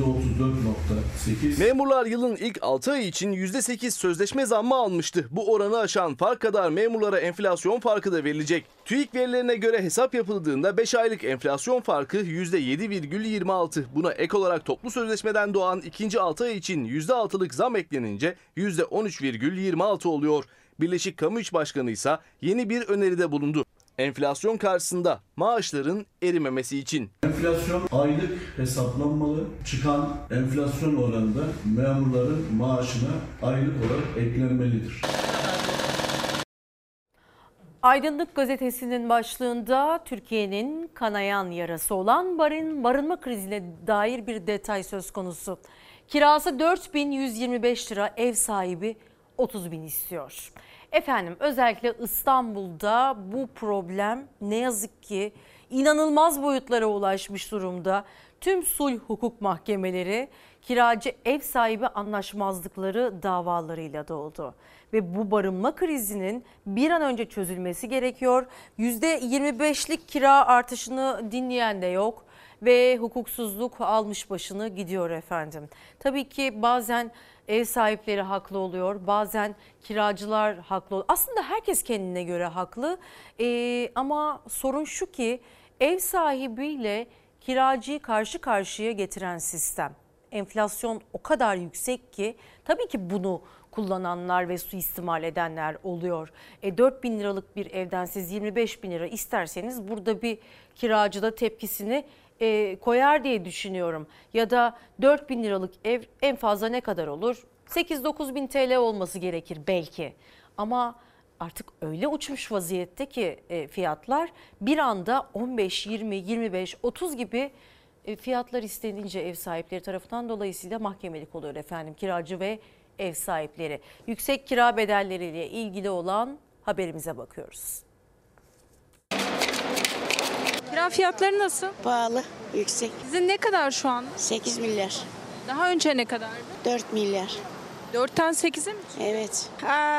%34,8. Memurlar yılın ilk 6 ayı için %8 sözleşme zammı almıştı. Bu oranı aşan fark kadar memurlara enflasyon farkı da verilecek. TÜİK verilerine göre hesap yapıldığında 5 aylık enflasyon farkı %7,26. Buna ek olarak toplu sözleşmeden doğan ikinci 6 ay için %6'lık zam eklenince %13,26 oluyor. Birleşik Kamu İş Başkanı ise yeni bir öneride bulundu. Enflasyon karşısında maaşların erimemesi için. Enflasyon aylık hesaplanmalı. Çıkan enflasyon oranında memurların maaşına aylık olarak eklenmelidir. Aydınlık Gazetesi'nin başlığında Türkiye'nin kanayan yarası olan barınma krizine dair bir detay söz konusu. Kirası 4.125 lira, ev sahibi 30.000 istiyor. Efendim, özellikle İstanbul'da bu problem ne yazık ki inanılmaz boyutlara ulaşmış durumda. Tüm sulh hukuk mahkemeleri kiracı ev sahibi anlaşmazlıkları davalarıyla doldu. Ve bu barınma krizinin bir an önce çözülmesi gerekiyor. %25'lik kira artışını dinleyen de yok ve hukuksuzluk almış başını gidiyor efendim. Tabii ki bazen ev sahipleri haklı oluyor, bazen kiracılar haklı oluyor. Aslında herkes kendine göre haklı ama sorun şu ki ev sahibiyle kiracıyı karşı karşıya getiren sistem. Enflasyon o kadar yüksek ki tabii ki bunu kullananlar ve suistimal edenler oluyor. 4.000 liralık bir evden siz 25.000 lira isterseniz burada bir kiracı da tepkisini koyar diye düşünüyorum. Ya da 4.000 liralık ev en fazla ne kadar olur? 8-9 bin TL olması gerekir belki. Ama artık öyle uçmuş vaziyette ki fiyatlar bir anda 15, 20, 25, 30 gibi fiyatlar istenince ev sahipleri tarafından, dolayısıyla mahkemelik oluyor efendim kiracı ve ev sahipleri. Yüksek kira bedelleriyle ilgili olan haberimize bakıyoruz. Kira fiyatları nasıl? Pahalı, yüksek. Sizin ne kadar şu an? 8 milyar. Daha önce ne kadardı? 4 milyar. 4'ten 8'e mi? Evet.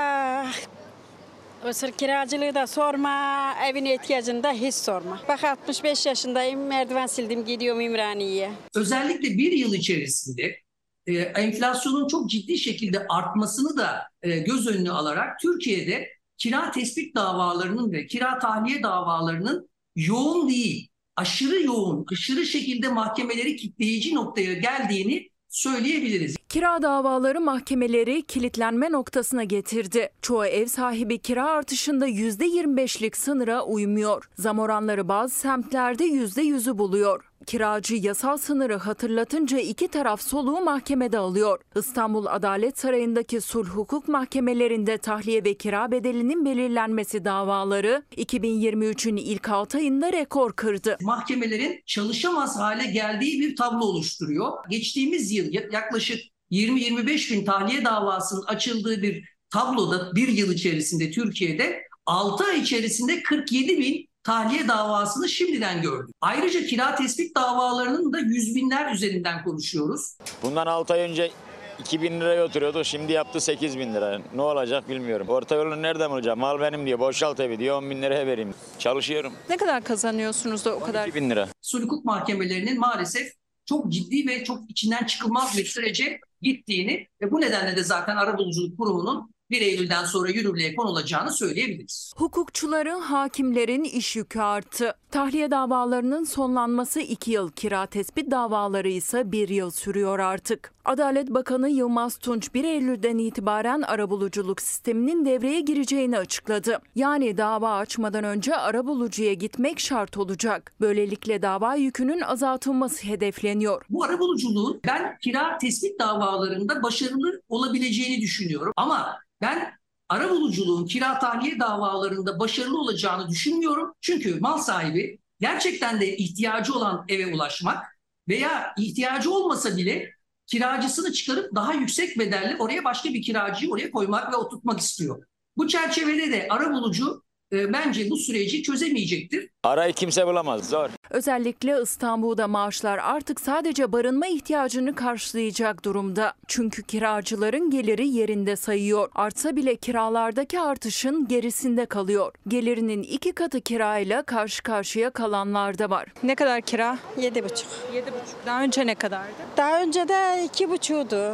Usul kiracılığı da sorma, evin ihtiyacını da hiç sorma. Bak 65 yaşındayım, merdiven sildim, gidiyorum İmraniye'ye. Özellikle bir yıl içerisinde enflasyonun çok ciddi şekilde artmasını da göz önüne alarak Türkiye'de kira tespit davalarının ve kira tahliye davalarının yoğun değil, aşırı yoğun, aşırı şekilde mahkemeleri kitleyici noktaya geldiğini söyleyebiliriz. Kira davaları mahkemeleri kilitlenme noktasına getirdi. Çoğu ev sahibi kira artışında %25'lik sınıra uymuyor. Zam oranları bazı semtlerde %100'ü buluyor. Kiracı yasal sınırı hatırlatınca iki taraf soluğu mahkemede alıyor. İstanbul Adalet Sarayı'ndaki sulh hukuk mahkemelerinde tahliye ve kira bedelinin belirlenmesi davaları 2023'ün ilk 6 ayında rekor kırdı. Mahkemelerin çalışamaz hale geldiği bir tablo oluşturuyor. Geçtiğimiz yıl yaklaşık 20-25 bin tahliye davasının açıldığı bir tabloda bir yıl içerisinde Türkiye'de 6 ay içerisinde 47 bin tahliye davasını şimdiden gördük. Ayrıca kira tespit davalarının da 100 binler üzerinden konuşuyoruz. Bundan 6 ay önce 2.000 liraya oturuyordu, şimdi yaptı 8.000 lira. Ne olacak bilmiyorum. Orta yolunu nereden bulacağım? Mal benim diyor, boşalt evi diyor, 10 bin liraya vereyim. Çalışıyorum. Ne kadar kazanıyorsunuz da o kadar? 2.000 lira. Sulh hukuk mahkemelerinin maalesef çok ciddi ve çok içinden çıkılmaz bir sürece gittiğini ve bu nedenle de zaten Arabuluculuk Kurumu'nun 1 Eylül'den sonra yürürlüğe konulacağını söyleyebiliriz. Hukukçuların, hakimlerin iş yükü arttı. Tahliye davalarının sonlanması 2 yıl, kira tespit davaları ise 1 yıl sürüyor artık. Adalet Bakanı Yılmaz Tunç 1 Eylül'den itibaren arabuluculuk sisteminin devreye gireceğini açıkladı. Yani dava açmadan önce arabulucuya gitmek şart olacak. Böylelikle dava yükünün azaltılması hedefleniyor. Bu arabuluculuğun ben kira tespit davalarında başarılı olabileceğini düşünüyorum. Ama ben arabuluculuğun kira tahliye davalarında başarılı olacağını düşünmüyorum. Çünkü mal sahibi gerçekten de ihtiyacı olan eve ulaşmak veya ihtiyacı olmasa bile kiracısını çıkarıp daha yüksek bedelle oraya başka bir kiracıyı oraya koymak ve oturtmak istiyor. Bu çerçevede de arabulucu bence bu süreci çözemeyecektir. Arayı kimse bulamaz, zor. Özellikle İstanbul'da maaşlar artık sadece barınma ihtiyacını karşılayacak durumda. Çünkü kiracıların geliri yerinde sayıyor. Artsa bile kiralardaki artışın gerisinde kalıyor. Gelirinin 2 katı kirayla karşı karşıya kalanlar da var. Ne kadar kira? 7,5. 7,5. Daha önce ne kadardı? Daha önce de 2,5'du.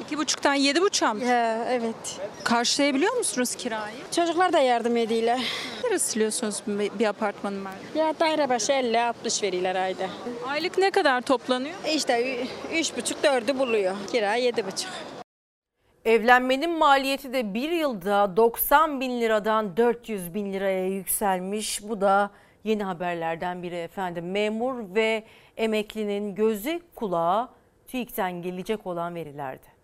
2,5'tan 7,5'a mı? Evet. Karşılayabiliyor musunuz kirayı? Çocuklar da yardım ediyorlar. Nereye siliyorsunuz bir apartmanın merdiveni? Ya daire başı 50-60 veriyorlar ayda. Aylık ne kadar toplanıyor? İşte 3,5-4'ü buluyor. Kira 7,5. Evlenmenin maliyeti de bir yılda 90 bin liradan 400 bin liraya yükselmiş. Bu da yeni haberlerden biri efendim. Memur ve emeklinin gözü kulağı TÜİK'ten gelecek olan verilerdi.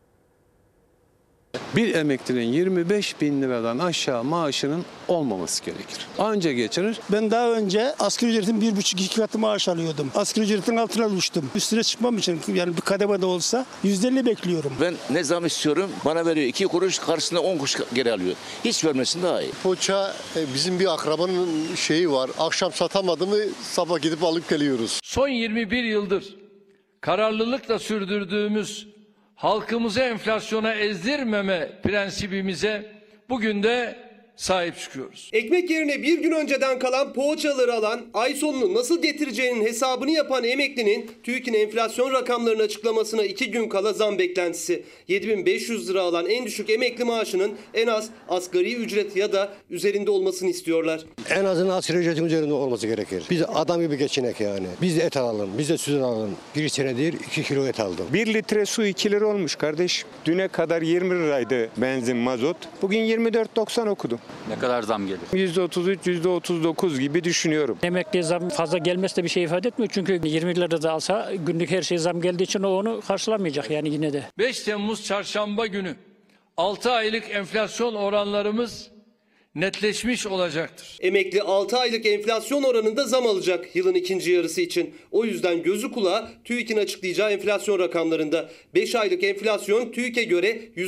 Bir emeklinin 25 bin liradan aşağı maaşının olmaması gerekir. Anca geçinir. Ben daha önce asgari ücretin 1,5-2 katı maaş alıyordum. Asgari ücretin altına düştüm. Üstüne çıkmam için yani bir kademe de olsa %50 bekliyorum. Ben ne zam istiyorum bana veriyor 2 kuruş karşısında 10 kuruş geri alıyor. Hiç vermesin daha iyi. Poğaça bizim bir akrabanın şeyi var. Akşam satamadı mı sabah gidip alıp geliyoruz. Son 21 yıldır kararlılıkla sürdürdüğümüz halkımızı enflasyona ezdirmeme prensibimize bugün de sahip çıkıyoruz. Ekmek yerine bir gün önceden kalan poğaçaları alan, ay sonunu nasıl getireceğinin hesabını yapan emeklinin TÜİK'in enflasyon rakamlarını açıklamasına 2 gün kala zam beklentisi. 7.500 lira alan en düşük emekli maaşının en az asgari ücret ya da üzerinde olmasını istiyorlar. En azından asgari ücretin üzerinde olması gerekir. Biz adam gibi geçinek yani. Biz de et alalım, biz de süt alalım. Bir senedir 2 kilo et aldım. 1 litre su 2 lira olmuş kardeş. Düne kadar 20 liraydı benzin, mazot. Bugün 24.90 okudum. Ne kadar zam gelir? %33, %39 gibi düşünüyorum. Emekliye zam fazla gelmesi de bir şey ifade etmiyor. Çünkü 20 lira da alsa günlük her şey zam geldiği için o onu karşılamayacak yani yine de. 5 Temmuz çarşamba günü 6 aylık enflasyon oranlarımız netleşmiş olacaktır. Emekli 6 aylık enflasyon oranında zam alacak yılın ikinci yarısı için. O yüzden gözü kulağı TÜİK'in açıklayacağı enflasyon rakamlarında. 5 aylık enflasyon TÜİK'e göre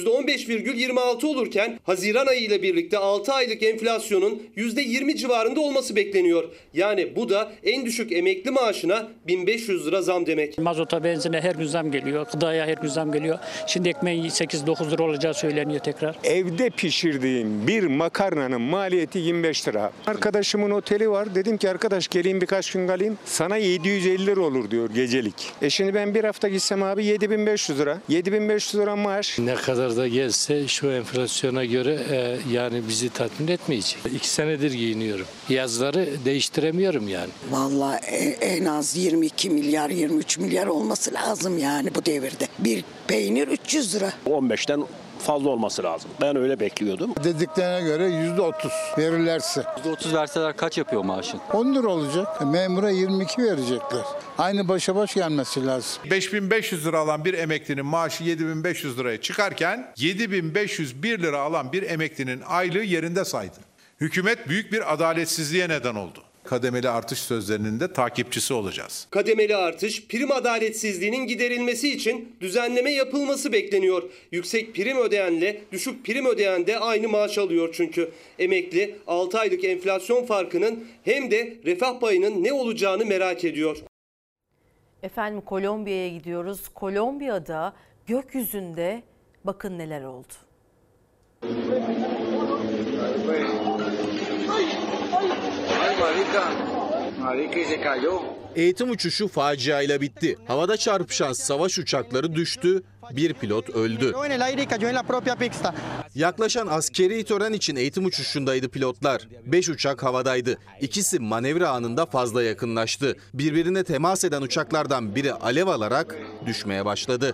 %15,26 olurken Haziran ayı ile birlikte 6 aylık enflasyonun %20 civarında olması bekleniyor. Yani bu da en düşük emekli maaşına 1.500 lira zam demek. Mazota, benzine her gün zam geliyor. Gıdaya her gün zam geliyor. Şimdi ekmeğin 8-9 lira olacağı söyleniyor tekrar. Evde pişirdiğim bir makarnanın maliyeti 25 lira. Arkadaşımın oteli var. Dedim ki arkadaş geleyim birkaç gün kalayım. Sana 750 lira olur diyor gecelik. Şimdi ben bir hafta gitsem abi 7.500 lira. 7.500 lira maaş. Ne kadar da gelse şu enflasyona göre yani bizi tatmin etmeyecek. 2 senedir giyiniyorum. Yazları değiştiremiyorum yani. Vallahi en az 22 milyar 23 milyar olması lazım yani bu devirde. Bir peynir 300 lira. 15'ten fazla olması lazım. Ben öyle bekliyordum. Dediklerine göre %30 verirlerse. %30 verseler kaç yapıyor maaşın? 10 lira olacak. Memura 22 verecekler. Aynı başa baş gelmesi lazım. 5.500 lira alan bir emeklinin maaşı 7.500 liraya çıkarken 7.501 lira alan bir emeklinin aylığı yerinde saydı. Hükümet büyük bir adaletsizliğe neden oldu. Kademeli artış sözlerinin de takipçisi olacağız. Kademeli artış, prim adaletsizliğinin giderilmesi için düzenleme yapılması bekleniyor. Yüksek prim ödeyenle düşük prim ödeyen de aynı maaş alıyor çünkü. Emekli 6 aylık enflasyon farkının hem de refah payının ne olacağını merak ediyor. Efendim Kolombiya'ya gidiyoruz. Kolombiya'da gökyüzünde bakın neler oldu. Eğitim uçuşu faciayla bitti. Havada çarpışan savaş uçakları düştü, bir pilot öldü. Yaklaşan askeri tören için eğitim uçuşundaydı pilotlar. 5 uçak havadaydı. İkisi manevra anında fazla yakınlaştı. Birbirine temas eden uçaklardan biri alev alarak düşmeye başladı.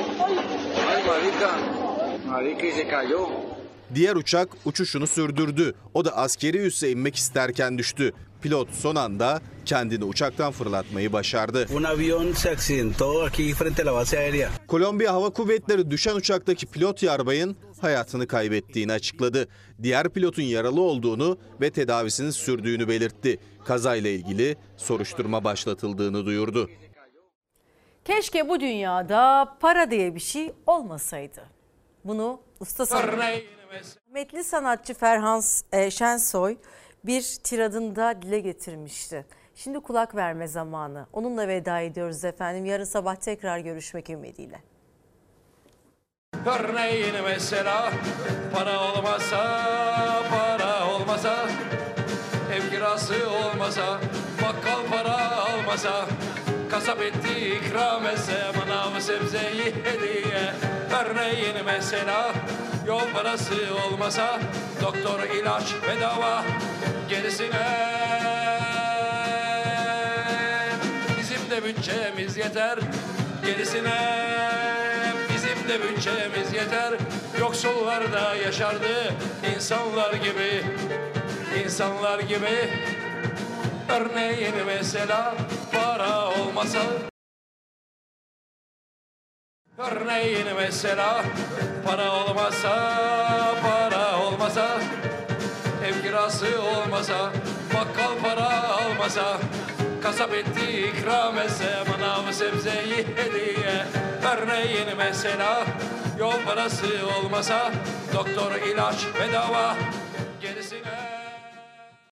Diğer uçak uçuşunu sürdürdü. O da askeri üsse inmek isterken düştü. Pilot son anda kendini uçaktan fırlatmayı başardı. Kolombiya Hava Kuvvetleri düşen uçaktaki pilot yarbayın hayatını kaybettiğini açıkladı. Diğer pilotun yaralı olduğunu ve tedavisinin sürdüğünü belirtti. Kazayla ilgili soruşturma başlatıldığını duyurdu. Keşke bu dünyada para diye bir şey olmasaydı. Bunu usta sanatçı, rahmetli sanatçı Ferhan Şensoy bir tiradında dile getirmişti. Şimdi kulak verme zamanı. Onunla veda ediyoruz efendim. Yarın sabah tekrar görüşmek ümidiyle. Örneğin mesela para olmasa, ev kirası olmasa, bakkal para almasa, Kasap etti ikram etse, manav sebzeyi hediye. Örneğin mesela yol parası olmasa, doktor, ilaç, bedava. Gerisine bizim de bütçemiz yeter. Gerisine bizim de bütçemiz yeter. Yoksullar da yaşardı insanlar gibi, insanlar gibi. Örneğin mesela para olmasa, örneğin mesela para olmasa, para olmasa, ev kirası olmasa, bakkal para almasa, kasap etti ikram etse, manav sebzeyi hediye. Örneğin mesela yol parası olmasa, doktor, ilaç, bedava.